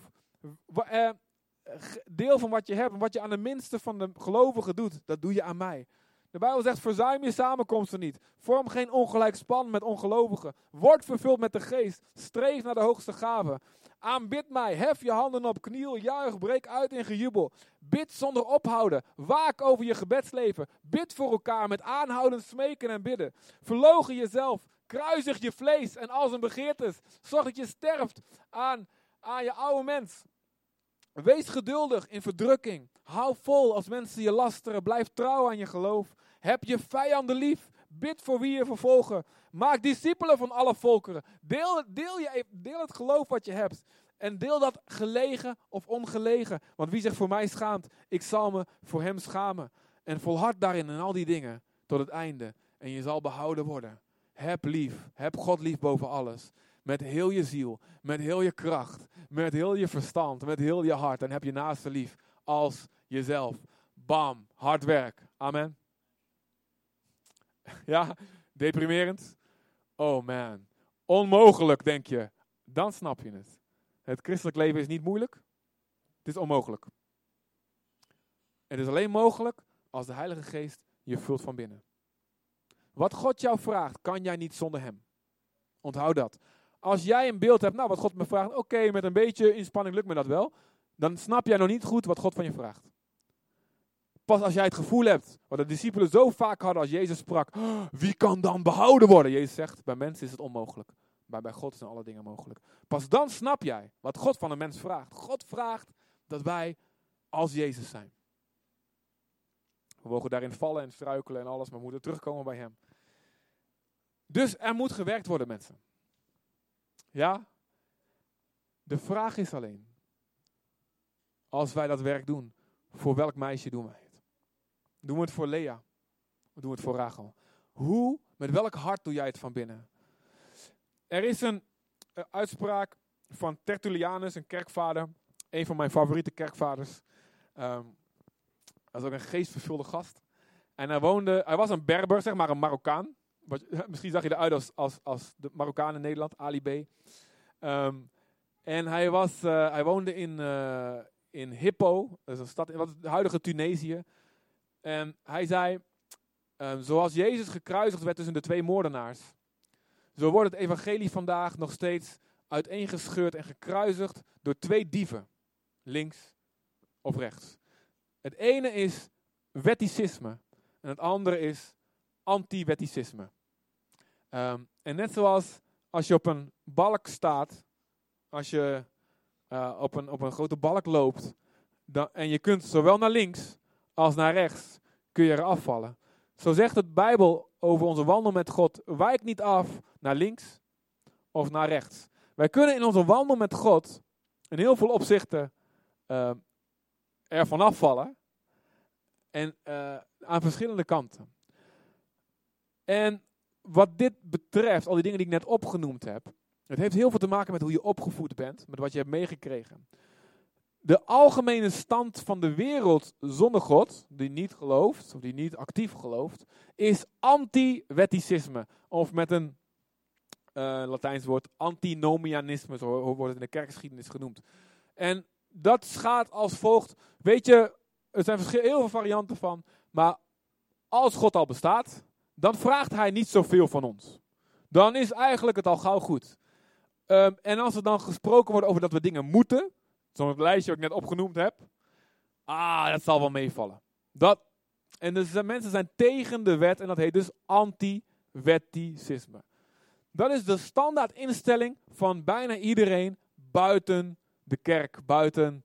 B: Deel van wat je hebt. En wat je aan de minste van de gelovigen doet, dat doe je aan mij. De Bijbel zegt, verzuim je samenkomsten niet. Vorm geen ongelijk span met ongelovigen. Word vervuld met de geest. Streef naar de hoogste gave. Aanbid mij, hef je handen op, kniel, juich, breek uit in gejubel. Bid zonder ophouden. Waak over je gebedsleven. Bid voor elkaar met aanhoudend smeken en bidden. Verloochen jezelf. Kruisig je vlees en al zijn begeertes. Zorg dat je sterft aan je oude mens. Wees geduldig in verdrukking. Hou vol als mensen je lasteren. Blijf trouw aan je geloof. Heb je vijanden lief. Bid voor wie je vervolgen. Maak discipelen van alle volkeren. Deel het geloof wat je hebt. En deel dat gelegen of ongelegen. Want wie zich voor mij schaamt, ik zal me voor hem schamen. En volhard daarin en al die dingen tot het einde. En je zal behouden worden. Heb lief. Heb God lief boven alles. Met heel je ziel. Met heel je kracht. Met heel je verstand. Met heel je hart. En heb je naaste lief als jezelf. Bam. Hard werk. Amen. Ja, deprimerend. Oh man. Onmogelijk, denk je. Dan snap je het. Het christelijk leven is niet moeilijk. Het is onmogelijk. Het is alleen mogelijk als de Heilige Geest je vult van binnen. Wat God jou vraagt, kan jij niet zonder hem. Onthoud dat. Als jij een beeld hebt, wat God me vraagt, oké, met een beetje inspanning lukt me dat wel. Dan snap jij nog niet goed wat God van je vraagt. Pas als jij het gevoel hebt, wat de discipelen zo vaak hadden als Jezus sprak, wie kan dan behouden worden? Jezus zegt, bij mensen is het onmogelijk. Maar bij God zijn alle dingen mogelijk. Pas dan snap jij wat God van een mens vraagt. God vraagt dat wij als Jezus zijn. We mogen daarin vallen en struikelen en alles, maar we moeten terugkomen bij hem. Dus er moet gewerkt worden, mensen. Ja? De vraag is alleen, als wij dat werk doen, voor welk meisje doen wij het? Doen we het voor Lea? Of doen we het voor Rachel? Met welk hart doe jij het van binnen? Er is een uitspraak van Tertullianus, een kerkvader. Een van mijn favoriete kerkvaders. Dat is ook een geestvervulde gast. En hij was een Berber, zeg maar een Marokkaan. Misschien zag je eruit als de Marokkaan in Nederland, Ali B. En hij woonde in Hippo, dat is een stad in wat het huidige Tunesië. En hij zei, zoals Jezus gekruisigd werd tussen de twee moordenaars, zo wordt het evangelie vandaag nog steeds uiteengescheurd en gekruisigd door twee dieven, links of rechts. Het ene is wetticisme en het andere is anti-wetticisme. En net zoals als je op een balk staat, als je op een grote balk loopt, en je kunt zowel naar links als naar rechts, kun je eraf vallen. Zo zegt de Bijbel over onze wandel met God, wijk niet af naar links of naar rechts. Wij kunnen in onze wandel met God in heel veel opzichten er vanaf vallen. En aan verschillende kanten. En wat dit betreft, al die dingen die ik net opgenoemd heb, het heeft heel veel te maken met hoe je opgevoed bent, met wat je hebt meegekregen. De algemene stand van de wereld zonder God, die niet gelooft, of die niet actief gelooft, is anti-wetticisme. Of met een Latijns woord, antinomianisme, zo wordt het in de kerkgeschiedenis genoemd. En dat gaat als volgt. Weet je, er zijn heel veel varianten van, maar als God al bestaat, dan vraagt hij niet zoveel van ons. Dan is eigenlijk het al gauw goed. En als er dan gesproken wordt over dat we dingen moeten, zo'n lijstje wat ik net opgenoemd heb, dat zal wel meevallen. En dus mensen zijn tegen de wet en dat heet dus anti-wetticisme. Dat is de standaard instelling van bijna iedereen buiten de kerk, buiten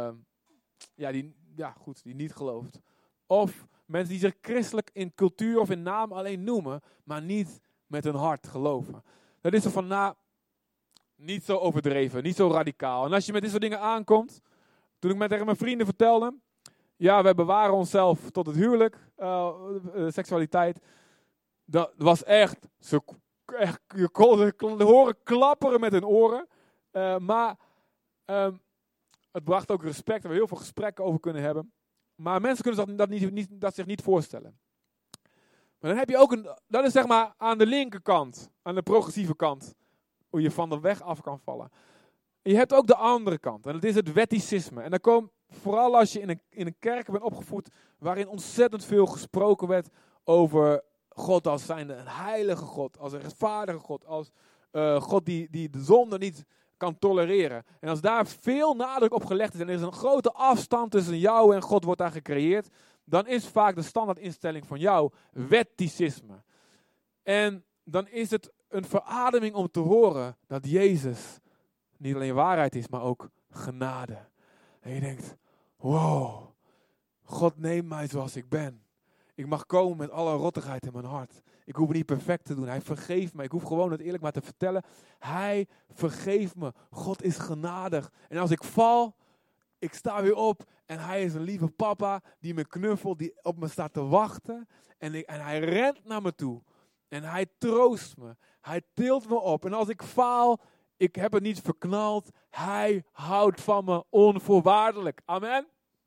B: die niet gelooft. Of mensen die zich christelijk in cultuur of in naam alleen noemen, maar niet met hun hart geloven. Dat is er van niet zo overdreven, niet zo radicaal. En als je met dit soort dingen aankomt, toen ik met tegen mijn vrienden vertelde, ja, wij bewaren onszelf tot het huwelijk, seksualiteit. Dat was echt, je kon horen klapperen met hun oren. Maar het bracht ook respect, waar we heel veel gesprekken over kunnen hebben. Maar mensen kunnen dat zich niet voorstellen. Maar dan heb je ook dat is zeg maar aan de linkerkant, aan de progressieve kant, hoe je van de weg af kan vallen. Je hebt ook de andere kant, en dat is het wetticisme. En dan komt, vooral als je in een kerk bent opgevoed, waarin ontzettend veel gesproken werd over God als zijnde een heilige God, als een rechtvaardige God, als God die de zonde niet kan tolereren. En als daar veel nadruk op gelegd is en er is een grote afstand tussen jou en God wordt daar gecreëerd, dan is vaak de standaardinstelling van jou wetticisme. En dan is het een verademing om te horen dat Jezus niet alleen waarheid is, maar ook genade. En je denkt, wow, God neemt mij zoals ik ben. Ik mag komen met alle rottigheid in mijn hart. Ik hoef het niet perfect te doen. Hij vergeeft me. Ik hoef gewoon het eerlijk maar te vertellen. Hij vergeeft me. God is genadig. En als ik val, ik sta weer op. En hij is een lieve papa die me knuffelt, die op me staat te wachten. En hij rent naar me toe. En hij troost me. Hij tilt me op. En als ik faal, ik heb het niet verknald. Hij houdt van me onvoorwaardelijk. Amen.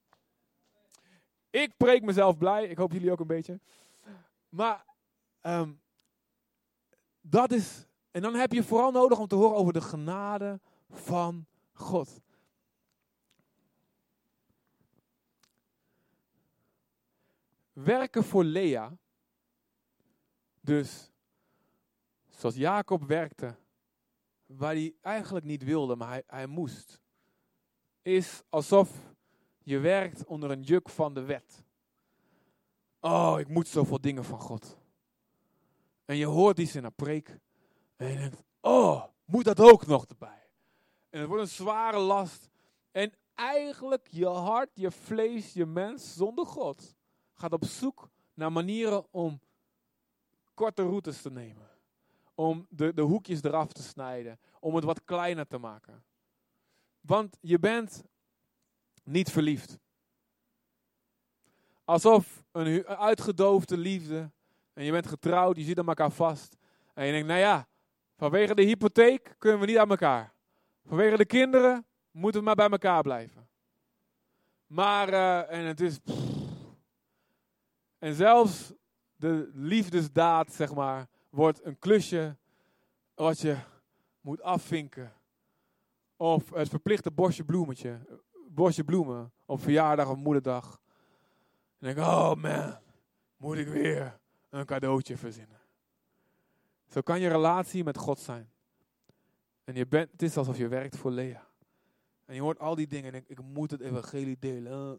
B: Ik preek mezelf blij. Ik hoop jullie ook een beetje. Maar dat is... En dan heb je vooral nodig om te horen over de genade van God. Werken voor Lea. Dus zoals Jacob werkte, waar hij eigenlijk niet wilde, maar hij moest. Is alsof je werkt onder een juk van de wet. Oh, ik moet zoveel dingen van God. En je hoort iets in een preek. En je denkt, oh, moet dat ook nog erbij? En het wordt een zware last. En eigenlijk je hart, je vlees, je mens zonder God gaat op zoek naar manieren om korte routes te nemen. Om de hoekjes eraf te snijden. Om het wat kleiner te maken. Want je bent niet verliefd. Alsof een uitgedoofde liefde. En je bent getrouwd, je zit aan elkaar vast. En je denkt, nou ja, vanwege de hypotheek kunnen we niet aan elkaar. Vanwege de kinderen moeten we maar bij elkaar blijven. Maar, en het is... En zelfs de liefdesdaad, zeg maar, wordt een klusje wat je moet afvinken. Of het verplichte bosje bloemen op verjaardag of moederdag. En denk ik, oh man, moet ik weer een cadeautje verzinnen. Zo kan je relatie met God zijn. En het is alsof je werkt voor Lea. En je hoort al die dingen en denkt, ik moet het evangelie delen.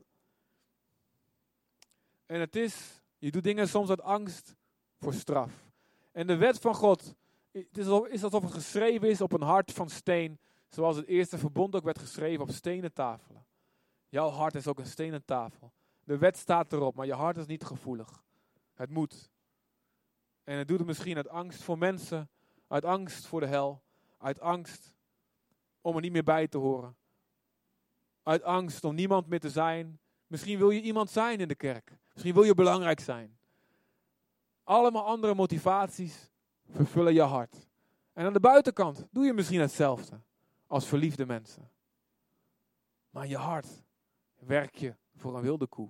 B: En je doet dingen soms uit angst voor straf. En de wet van God, het is alsof het geschreven is op een hart van steen. Zoals het eerste verbond ook werd geschreven op stenen tafelen. Jouw hart is ook een stenen tafel. De wet staat erop, maar je hart is niet gevoelig. Het moet. En het doet het misschien uit angst voor mensen, uit angst voor de hel, uit angst om er niet meer bij te horen. Uit angst om niemand meer te zijn. Misschien wil je iemand zijn in de kerk. Misschien wil je belangrijk zijn. Allemaal andere motivaties vervullen je hart. En aan de buitenkant doe je misschien hetzelfde als verliefde mensen. Maar in je hart werk je voor een wilde koe.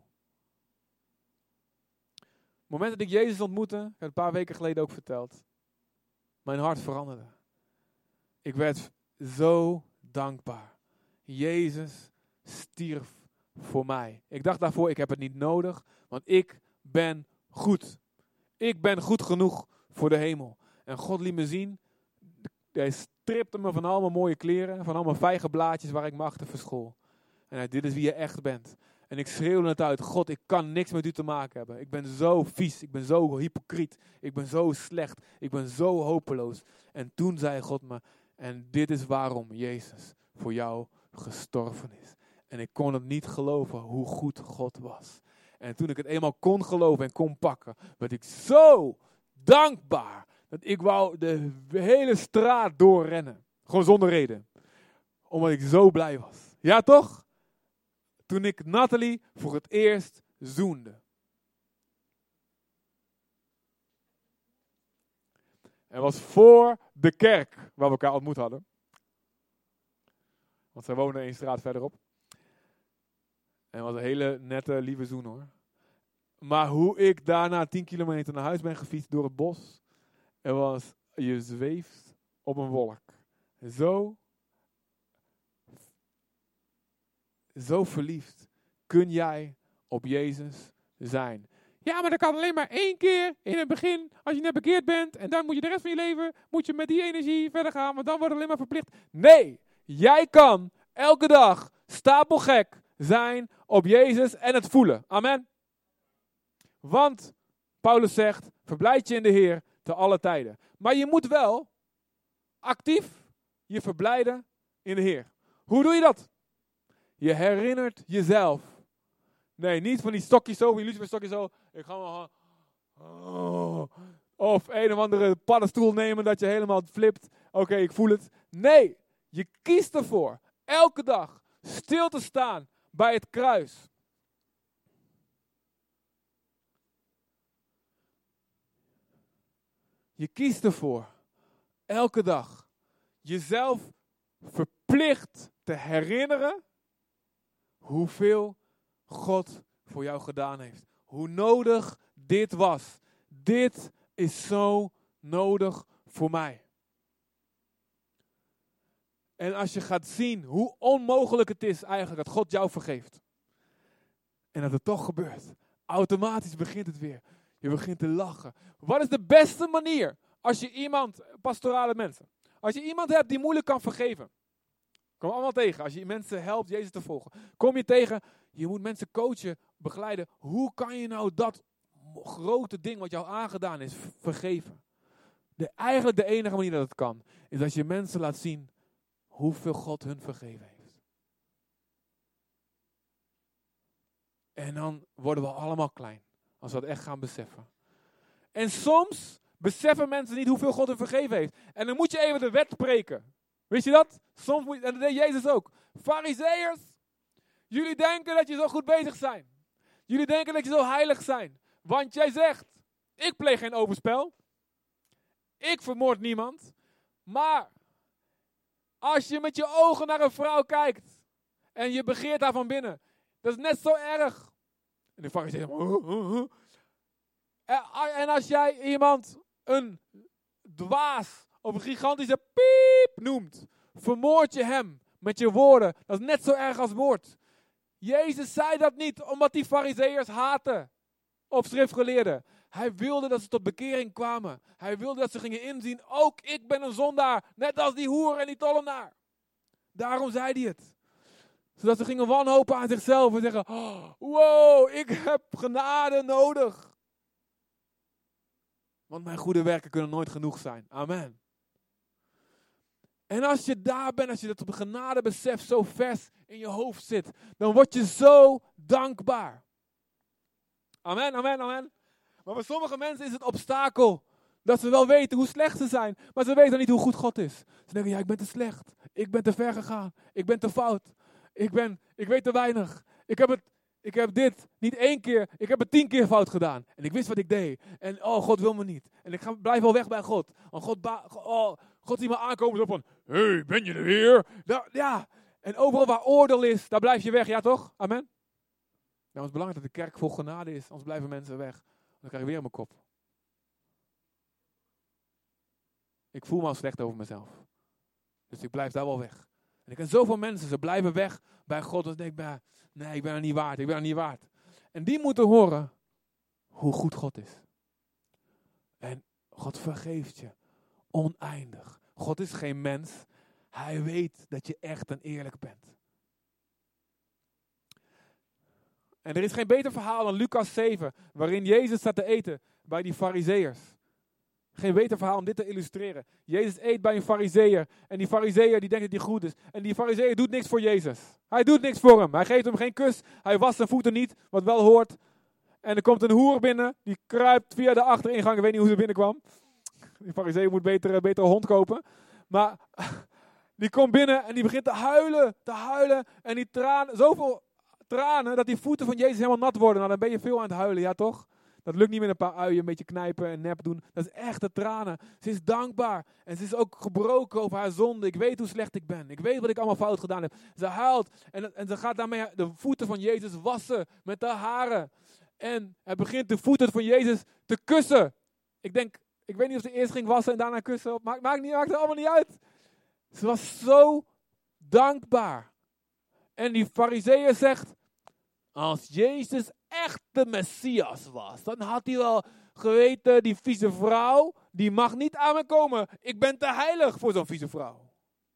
B: Het moment dat ik Jezus ontmoette, ik heb het een paar weken geleden ook verteld. Mijn hart veranderde. Ik werd zo dankbaar. Jezus stierf voor mij. Ik dacht daarvoor, ik heb het niet nodig, want ik ben goed. Ik ben goed genoeg voor de hemel. En God liet me zien, hij stripte me van al mijn mooie kleren, van al mijn vijgenblaadjes waar ik me achter verschool. En hij, dit is wie je echt bent. En ik schreeuwde het uit, God, ik kan niks met u te maken hebben. Ik ben zo vies, ik ben zo hypocriet, ik ben zo slecht, ik ben zo hopeloos. En toen zei God me, en dit is waarom Jezus voor jou gestorven is. En ik kon het niet geloven hoe goed God was. En toen ik het eenmaal kon geloven en kon pakken, werd ik zo dankbaar dat ik wou de hele straat doorrennen. Gewoon zonder reden. Omdat ik zo blij was. Ja toch? Toen ik Nathalie voor het eerst zoende. En was voor de kerk waar we elkaar ontmoet hadden. Want zij woonde 1 straat verderop. En het was een hele nette, lieve zoen hoor. Maar hoe ik daarna 10 kilometer naar huis ben gefietst door het bos. Je zweeft op een wolk. Zo verliefd kun jij op Jezus zijn. Ja, maar dat kan alleen maar 1 keer in het begin, als je net bekeerd bent. En dan moet je de rest van je leven, moet je met die energie verder gaan, want dan wordt het alleen maar verplicht. Nee, jij kan elke dag stapelgek zijn op Jezus en het voelen. Amen. Want Paulus zegt, verblijd je in de Heer te alle tijden. Maar je moet wel actief je verblijden in de Heer. Hoe doe je dat? Je herinnert jezelf. Nee, niet van die stokjes zo, van die luciferstokjes zo. Ik ga maar... Of een of andere paddenstoel nemen dat je helemaal flipt. Oké, ik voel het. Nee, je kiest ervoor elke dag stil te staan bij het kruis. Je kiest ervoor elke dag jezelf verplicht te herinneren hoeveel God voor jou gedaan heeft. Hoe nodig dit was. Dit is zo nodig voor mij. En als je gaat zien hoe onmogelijk het is eigenlijk dat God jou vergeeft. En dat het toch gebeurt. Automatisch begint het weer. Je begint te lachen. Wat is de beste manier als je iemand, pastorale mensen, als je iemand hebt die moeilijk kan vergeven. Kom allemaal tegen. Als je mensen helpt Jezus te volgen. Kom je tegen, je moet mensen coachen, begeleiden. Hoe kan je nou dat grote ding wat jou aangedaan is vergeven? Eigenlijk de enige manier dat het kan, is als je mensen laat zien hoeveel God hun vergeven heeft. En dan worden we allemaal klein. Als we dat echt gaan beseffen. En soms beseffen mensen niet hoeveel God hun vergeven heeft. En dan moet je even de wet spreken. Weet je dat? Soms moet je, en dat deed Jezus ook. Farizeeërs, jullie denken dat je zo goed bezig zijn. Jullie denken dat je zo heilig zijn. Want jij zegt, ik pleeg geen overspel. Ik vermoord niemand. Maar als je met je ogen naar een vrouw kijkt en je begeert haar van binnen, dat is net zo erg. En de farizeeër zegt, en als jij iemand een dwaas of een gigantische piep noemt, vermoord je hem. met je woorden. Dat is net zo erg als moord. Jezus zei dat niet omdat die farizeeërs haten. Of schriftgeleerden. Hij wilde dat ze tot bekering kwamen. Hij wilde dat ze gingen inzien. Ook ik ben een zondaar. Net als die hoer en die tollenaar. Daarom zei hij het. Zodat ze gingen wanhopen aan zichzelf. En zeggen. Oh, wow, ik heb genade nodig. Want mijn goede werken kunnen nooit genoeg zijn. Amen. En als je daar bent. Als je dat op genadebesef zo vers in je hoofd zit. Dan word je zo dankbaar. Amen, amen, amen. Maar voor sommige mensen is het obstakel dat ze wel weten hoe slecht ze zijn, maar ze weten niet hoe goed God is. Ze denken, ja, ik ben te slecht. Ik ben te ver gegaan. Ik ben te fout. Ik weet te weinig. Ik heb dit niet 1 keer, ik heb het 10 keer fout gedaan. En ik wist wat ik deed. En God wil me niet. En ik blijf wel weg bij God. Want God ziet me aankomen zo van, hey, ben je er weer? Ja. En overal waar oordeel is, daar blijf je weg. Ja toch? Amen. Ja, het is belangrijk dat de kerk vol genade is, anders blijven mensen weg. Dan krijg ik weer in mijn kop. Ik voel me al slecht over mezelf. Dus ik blijf daar wel weg. En ik ken zoveel mensen, ze blijven weg bij God. Dan denk ik, nee, ik ben er niet waard, ik ben er niet waard. En die moeten horen hoe goed God is. En God vergeeft je oneindig. God is geen mens. Hij weet dat je echt en eerlijk bent. En er is geen beter verhaal dan Lucas 7, waarin Jezus staat te eten bij die farizeeërs. Geen beter verhaal om dit te illustreren. Jezus eet bij een farizeeër en die farizeeër die denkt dat hij goed is. En die farizeeër doet niks voor Jezus. Hij doet niks voor hem. Hij geeft hem geen kus. Hij wast zijn voeten niet, wat wel hoort. En er komt een hoer binnen, die kruipt via de achteringang. Ik weet niet hoe ze binnenkwam. Die farizeeër moet beter een hond kopen. Maar die komt binnen en die begint te huilen. En die zoveel tranen dat die voeten van Jezus helemaal nat worden. Nou, dan ben je veel aan het huilen, ja toch? Dat lukt niet met een paar uien, een beetje knijpen en nep doen. Dat is echte tranen. Ze is dankbaar. En ze is ook gebroken over haar zonde. Ik weet hoe slecht ik ben. Ik weet wat ik allemaal fout gedaan heb. Ze huilt en ze gaat daarmee de voeten van Jezus wassen met haar haren. En hij begint de voeten van Jezus te kussen. Ik weet niet of ze eerst ging wassen en daarna kussen. Maakt er allemaal niet uit. Ze was zo dankbaar. En die farizeeër zegt, als Jezus echt de Messias was, dan had hij wel geweten, die vieze vrouw, die mag niet aan me komen. Ik ben te heilig voor zo'n vieze vrouw.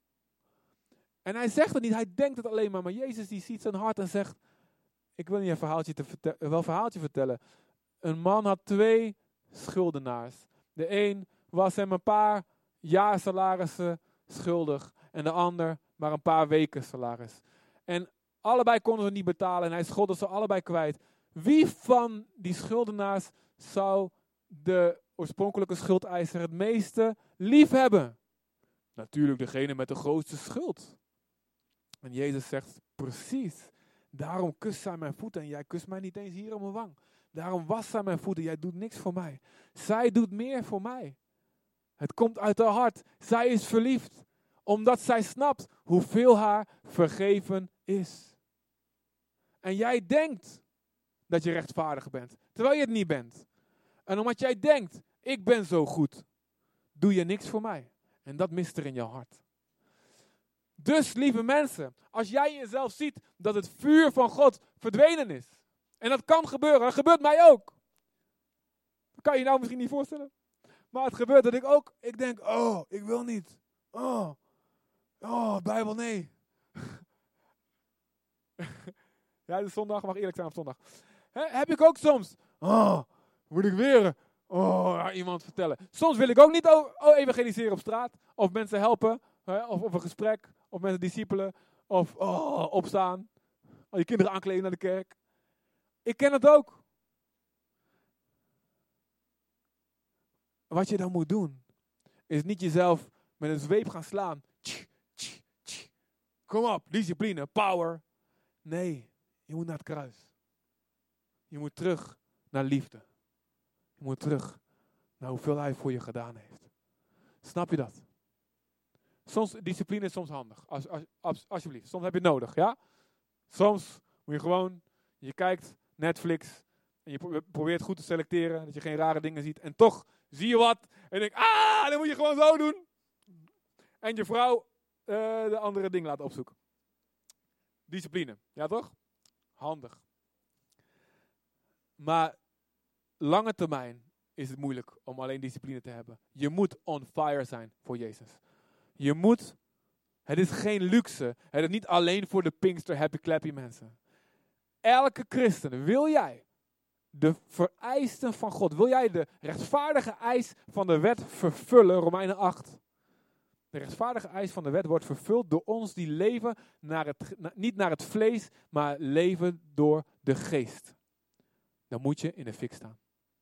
B: En hij zegt het niet, hij denkt het alleen maar. Maar Jezus die ziet zijn hart en zegt, ik wil niet een verhaaltje vertellen. Een man had 2 schuldenaars. De een was hem een paar jaar salarissen schuldig en de ander maar een paar weken salaris. En allebei konden ze niet betalen en hij schuldde ze allebei kwijt. Wie van die schuldenaars zou de oorspronkelijke schuldeiser het meeste lief hebben? Natuurlijk degene met de grootste schuld. En Jezus zegt, precies, daarom kust zij mijn voeten en jij kust mij niet eens hier op mijn wang. Daarom wast zij mijn voeten, jij doet niks voor mij. Zij doet meer voor mij. Het komt uit haar hart. Zij is verliefd, omdat zij snapt hoeveel haar vergeven is. En jij denkt dat je rechtvaardig bent, terwijl je het niet bent. En omdat jij denkt, ik ben zo goed, doe je niks voor mij. En dat mist er in jouw hart. Dus, lieve mensen, als jij in jezelf ziet dat het vuur van God verdwenen is. En dat kan gebeuren, dat gebeurt mij ook. Dat kan je nou misschien niet voorstellen. Maar het gebeurt dat ik denk, ik wil niet. Bijbel, nee. Ja, de zondag mag eerlijk zijn op zondag. Heb ik ook soms. Moet ik weer iemand vertellen. Soms wil ik ook niet evangeliseren op straat. Of mensen helpen. Of een gesprek. Of mensen discipelen. Of opstaan. Je kinderen aankleden naar de kerk. Ik ken het ook. Wat je dan moet doen, is niet jezelf met een zweep gaan slaan. Kom op, discipline, power. Nee, je moet naar het kruis. Je moet terug naar liefde. Je moet terug naar hoeveel hij voor je gedaan heeft. Snap je dat? Discipline is soms handig. Alsjeblieft, soms heb je het nodig, ja? Soms moet je gewoon, je kijkt Netflix en je probeert goed te selecteren, dat je geen rare dingen ziet. En toch zie je wat en denk, dan moet je gewoon zo doen. En je vrouw de andere dingen laten opzoeken. Discipline, ja toch? Handig. Maar lange termijn is het moeilijk om alleen discipline te hebben. Je moet on fire zijn voor Jezus. Het is geen luxe. Het is niet alleen voor de Pinkster happy clappy mensen. Elke christen, wil jij de vereisten van God, wil jij de rechtvaardige eis van de wet vervullen, Romeinen 8. De rechtvaardige eis van de wet wordt vervuld door ons die leven niet naar het vlees, maar leven door de geest. Dan moet je in de fik staan.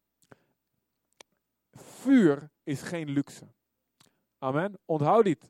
B: Vuur is geen luxe. Amen. Onthoud dit.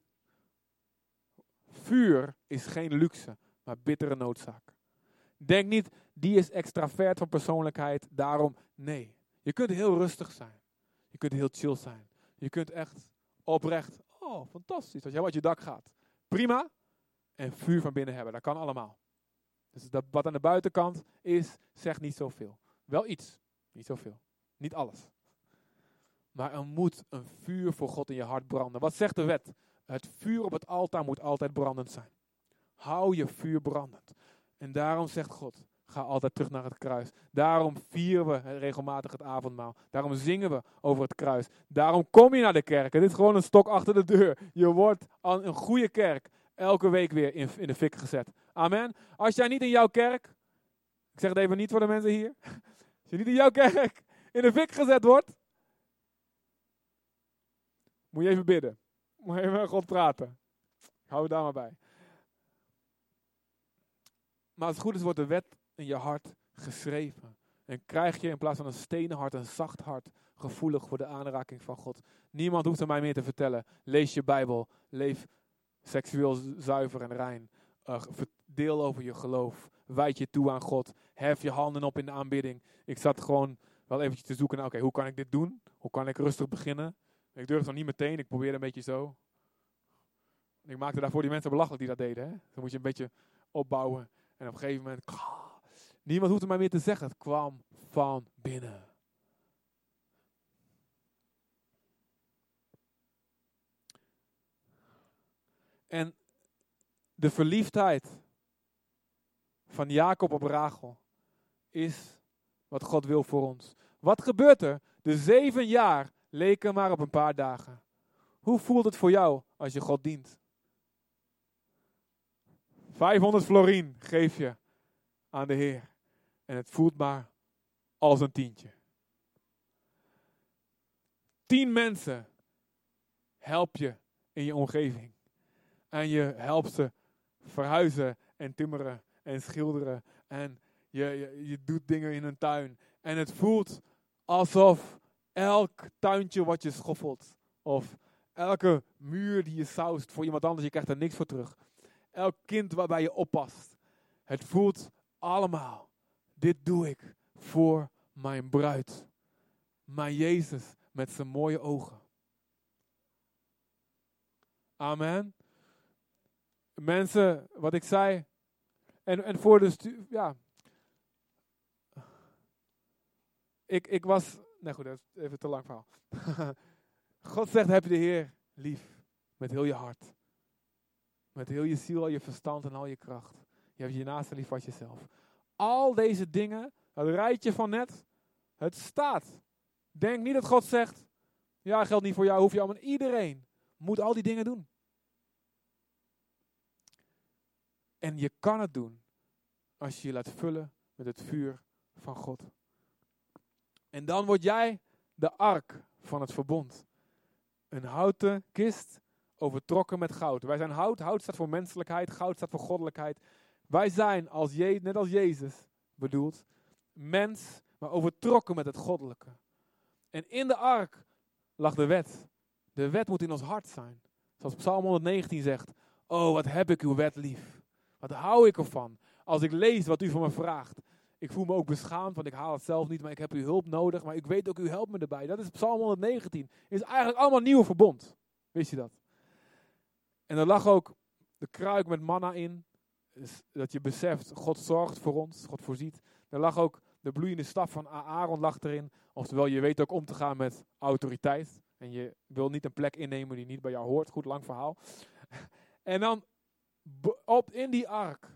B: Vuur is geen luxe, maar bittere noodzaak. Denk niet, die is extravert van persoonlijkheid, daarom nee. Je kunt heel rustig zijn. Je kunt heel chill zijn. Je kunt echt oprecht, oh fantastisch, als je uit je dak gaat. Prima. En vuur van binnen hebben, dat kan allemaal. Dus wat aan de buitenkant is, zegt niet zoveel. Wel iets, niet zoveel. Niet alles. Maar er moet een vuur voor God in je hart branden. Wat zegt de wet? Het vuur op het altaar moet altijd brandend zijn. Hou je vuur brandend. En daarom zegt God, ga altijd terug naar het kruis. Daarom vieren we regelmatig het avondmaal. Daarom zingen we over het kruis. Daarom kom je naar de kerk. Het is gewoon een stok achter de deur. Je wordt aan een goede kerk elke week weer in de fik gezet. Amen. Als jij niet in jouw kerk, ik zeg het even niet voor de mensen hier. Als je niet in jouw kerk in de fik gezet wordt, moet je even bidden. Moet je even met God praten. Hou het daar maar bij. Maar als het goed is, wordt de wet in je hart geschreven. En krijg je in plaats van een stenen hart, een zacht hart, gevoelig voor de aanraking van God. Niemand hoeft er mij meer te vertellen. Lees je Bijbel. Leef seksueel zuiver en rein. Deel over je geloof. Wijd je toe aan God. Hef je handen op in de aanbidding. Ik zat gewoon wel eventjes te zoeken naar, oké, hoe kan ik dit doen? Hoe kan ik rustig beginnen? Ik durfde nog niet meteen. Ik probeerde een beetje zo. Ik maakte daarvoor die mensen belachelijk die dat deden. Hè? Dan moet je een beetje opbouwen. En op een gegeven moment, niemand hoefde mij meer te zeggen. Het kwam van binnen. En de verliefdheid van Jacob op Rachel is wat God wil voor ons. Wat gebeurt er? De 7 jaar leken maar op een paar dagen. Hoe voelt het voor jou als je God dient? 500 florien geef je aan de Heer. En het voelt maar als een tientje. 10 mensen help je in je omgeving. En je helpt ze verhuizen en timmeren en schilderen. En je doet dingen in een tuin. En het voelt alsof elk tuintje wat je schoffelt. Of elke muur die je saust voor iemand anders, je krijgt er niks voor terug. Elk kind waarbij je oppast. Het voelt allemaal. Dit doe ik voor mijn bruid. Mijn Jezus met zijn mooie ogen. Amen. Mensen, wat ik zei. En voor de ja. Ik was. Nee goed, dat is even te lang verhaal. God zegt, heb je de Heer lief. Met heel je hart. Met heel je ziel, al je verstand en al je kracht. Je hebt je naaste lief als jezelf. Al deze dingen, het rijtje van net, het staat. Denk niet dat God zegt, ja, geldt niet voor jou, hoef je allemaal. Iedereen moet al die dingen doen. En je kan het doen als je je laat vullen met het vuur van God. En dan word jij de ark van het verbond. Een houten kist overtrokken met goud. Wij zijn hout. Hout staat voor menselijkheid. Goud staat voor goddelijkheid. Wij zijn, net als Jezus bedoeld, mens, maar overtrokken met het goddelijke. En in de ark lag de wet. De wet moet in ons hart zijn. Zoals Psalm 119 zegt. Oh, wat heb ik uw wet lief. Wat hou ik ervan. Als ik lees wat u van me vraagt. Ik voel me ook beschaamd, want ik haal het zelf niet, maar ik heb uw hulp nodig. Maar ik weet ook, u helpt me erbij. Dat is Psalm 119. Het is eigenlijk allemaal nieuw verbond. Wist je dat? En er lag ook de kruik met manna in. Dus dat je beseft, God zorgt voor ons. God voorziet. Er lag ook de bloeiende staf van Aaron lag erin. Oftewel, je weet ook om te gaan met autoriteit. En je wil niet een plek innemen die niet bij jou hoort. Goed, lang verhaal. En dan in die ark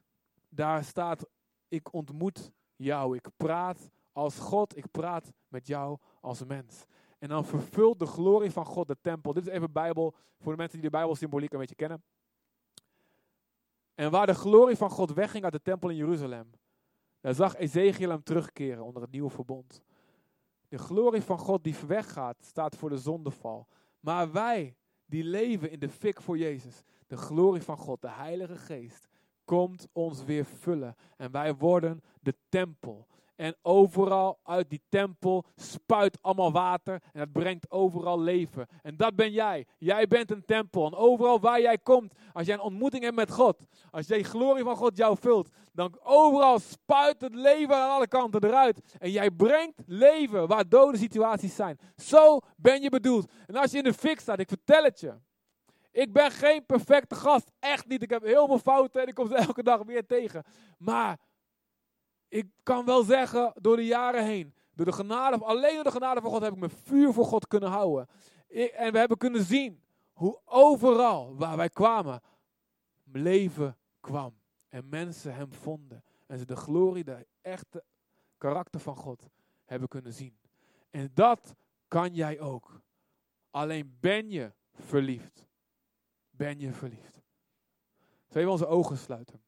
B: daar staat, ik ontmoet jou. Ik praat als God, ik praat met jou als mens. En dan vervult de glorie van God de tempel. Dit is even Bijbel, voor de mensen die de Bijbelsymboliek een beetje kennen. En waar de glorie van God wegging uit de tempel in Jeruzalem, daar zag Ezekiel hem terugkeren onder het nieuwe verbond. De glorie van God die weggaat, staat voor de zondeval. Maar wij, die leven in de fik voor Jezus, de glorie van God, de Heilige Geest, komt ons weer vullen. En wij worden de tempel. En overal uit die tempel spuit allemaal water. En dat brengt overal leven. En dat ben jij. Jij bent een tempel. En overal waar jij komt, als jij een ontmoeting hebt met God, als jij de glorie van God jou vult, dan overal spuit het leven aan alle kanten eruit. En jij brengt leven waar dode situaties zijn. Zo ben je bedoeld. En als je in de fik staat, ik vertel het je. Ik ben geen perfecte gast. Echt niet. Ik heb heel veel fouten en ik kom ze elke dag weer tegen. Maar ik kan wel zeggen, door de jaren heen, alleen door de genade van God heb ik mijn vuur voor God kunnen houden. En we hebben kunnen zien hoe overal waar wij kwamen, leven kwam. En mensen hem vonden. En ze de glorie, de echte karakter van God hebben kunnen zien. En dat kan jij ook. Alleen ben je verliefd. Ben je verliefd. Zullen we onze ogen sluiten?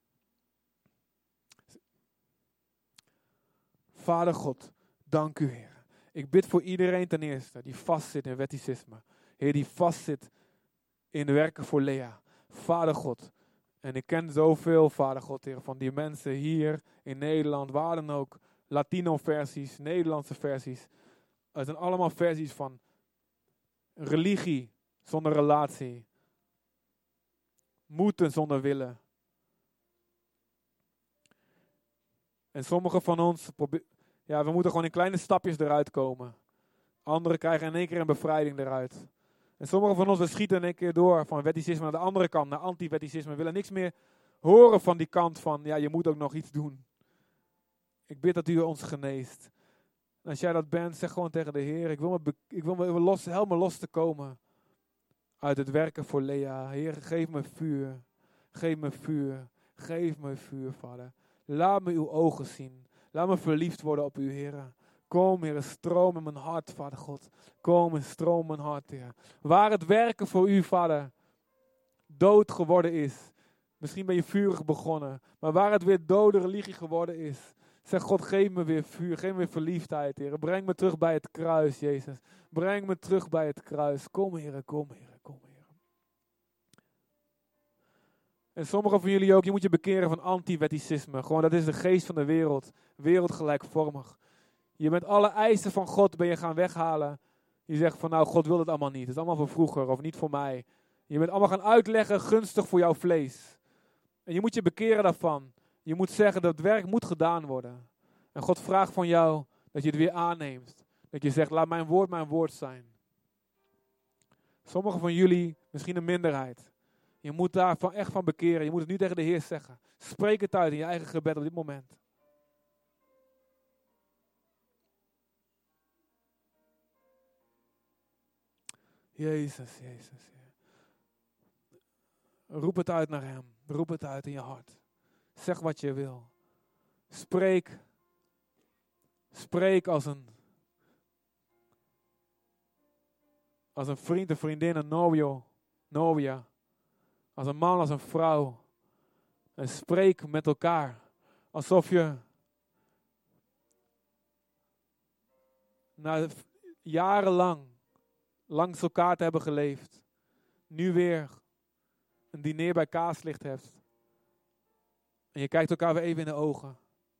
B: Vader God, dank u Heer. Ik bid voor iedereen ten eerste die vastzit in wetticisme. Heer, die vastzit in de werken voor Lea. Vader God. En ik ken zoveel, Vader God, Heer, van die mensen hier in Nederland, waar dan ook. Latino-versies, Nederlandse versies. Het zijn allemaal versies van religie zonder relatie. Moeten zonder willen. En sommigen van ons, we moeten gewoon in kleine stapjes eruit komen. Anderen krijgen in één keer een bevrijding eruit. En sommigen van ons, we schieten in één keer door van wetticisme naar de andere kant, naar anti-wetticisme. We willen niks meer horen van die kant van, ja, je moet ook nog iets doen. Ik bid dat u ons geneest. En als jij dat bent, zeg gewoon tegen de Heer, help me los te komen uit het werken voor Lea. Heer, geef me vuur. Geef me vuur. Geef me vuur, Vader. Laat me uw ogen zien. Laat me verliefd worden op u, Heer. Kom, Heer, stroom in mijn hart, Vader God. Kom en stroom in mijn hart, Heer. Waar het werken voor u, Vader, dood geworden is. Misschien ben je vurig begonnen. Maar waar het weer dode religie geworden is. Zeg God, geef me weer vuur. Geef me weer verliefdheid, Heer. Breng me terug bij het kruis, Jezus. Breng me terug bij het kruis. Kom, Heer, kom, Heer, kom, Heer. En sommigen van jullie ook, je moet je bekeren van anti-wetticisme. Gewoon, dat is de geest van de wereld. Wereldgelijkvormig. Je bent alle eisen van God ben je gaan weghalen. Je zegt van nou, God wil het allemaal niet. Het is allemaal voor vroeger of niet voor mij. Je bent allemaal gaan uitleggen gunstig voor jouw vlees. En je moet je bekeren daarvan. Je moet zeggen dat het werk moet gedaan worden. En God vraagt van jou dat je het weer aanneemt. Dat je zegt, laat mijn woord zijn. Sommigen van jullie, misschien een minderheid. Je moet daar echt van bekeren. Je moet het nu tegen de Heer zeggen. Spreek het uit in je eigen gebed op dit moment. Jezus, Jezus. Roep het uit naar hem. Roep het uit in je hart. Zeg wat je wil. Spreek. Spreek als een vriend, een vriendin, een novia. Als een man, als een vrouw. En spreek met elkaar. Alsof je na jarenlang langs elkaar te hebben geleefd. Nu weer een diner bij kaarslicht hebt. En je kijkt elkaar weer even in de ogen.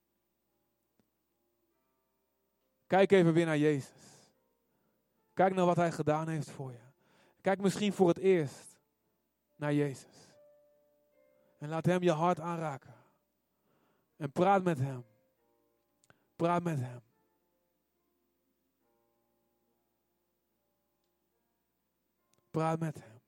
B: Kijk even weer naar Jezus. Kijk naar wat hij gedaan heeft voor je. Kijk misschien voor het eerst naar Jezus. En laat hem je hart aanraken. En praat met hem. Praat met hem. Praat met hem.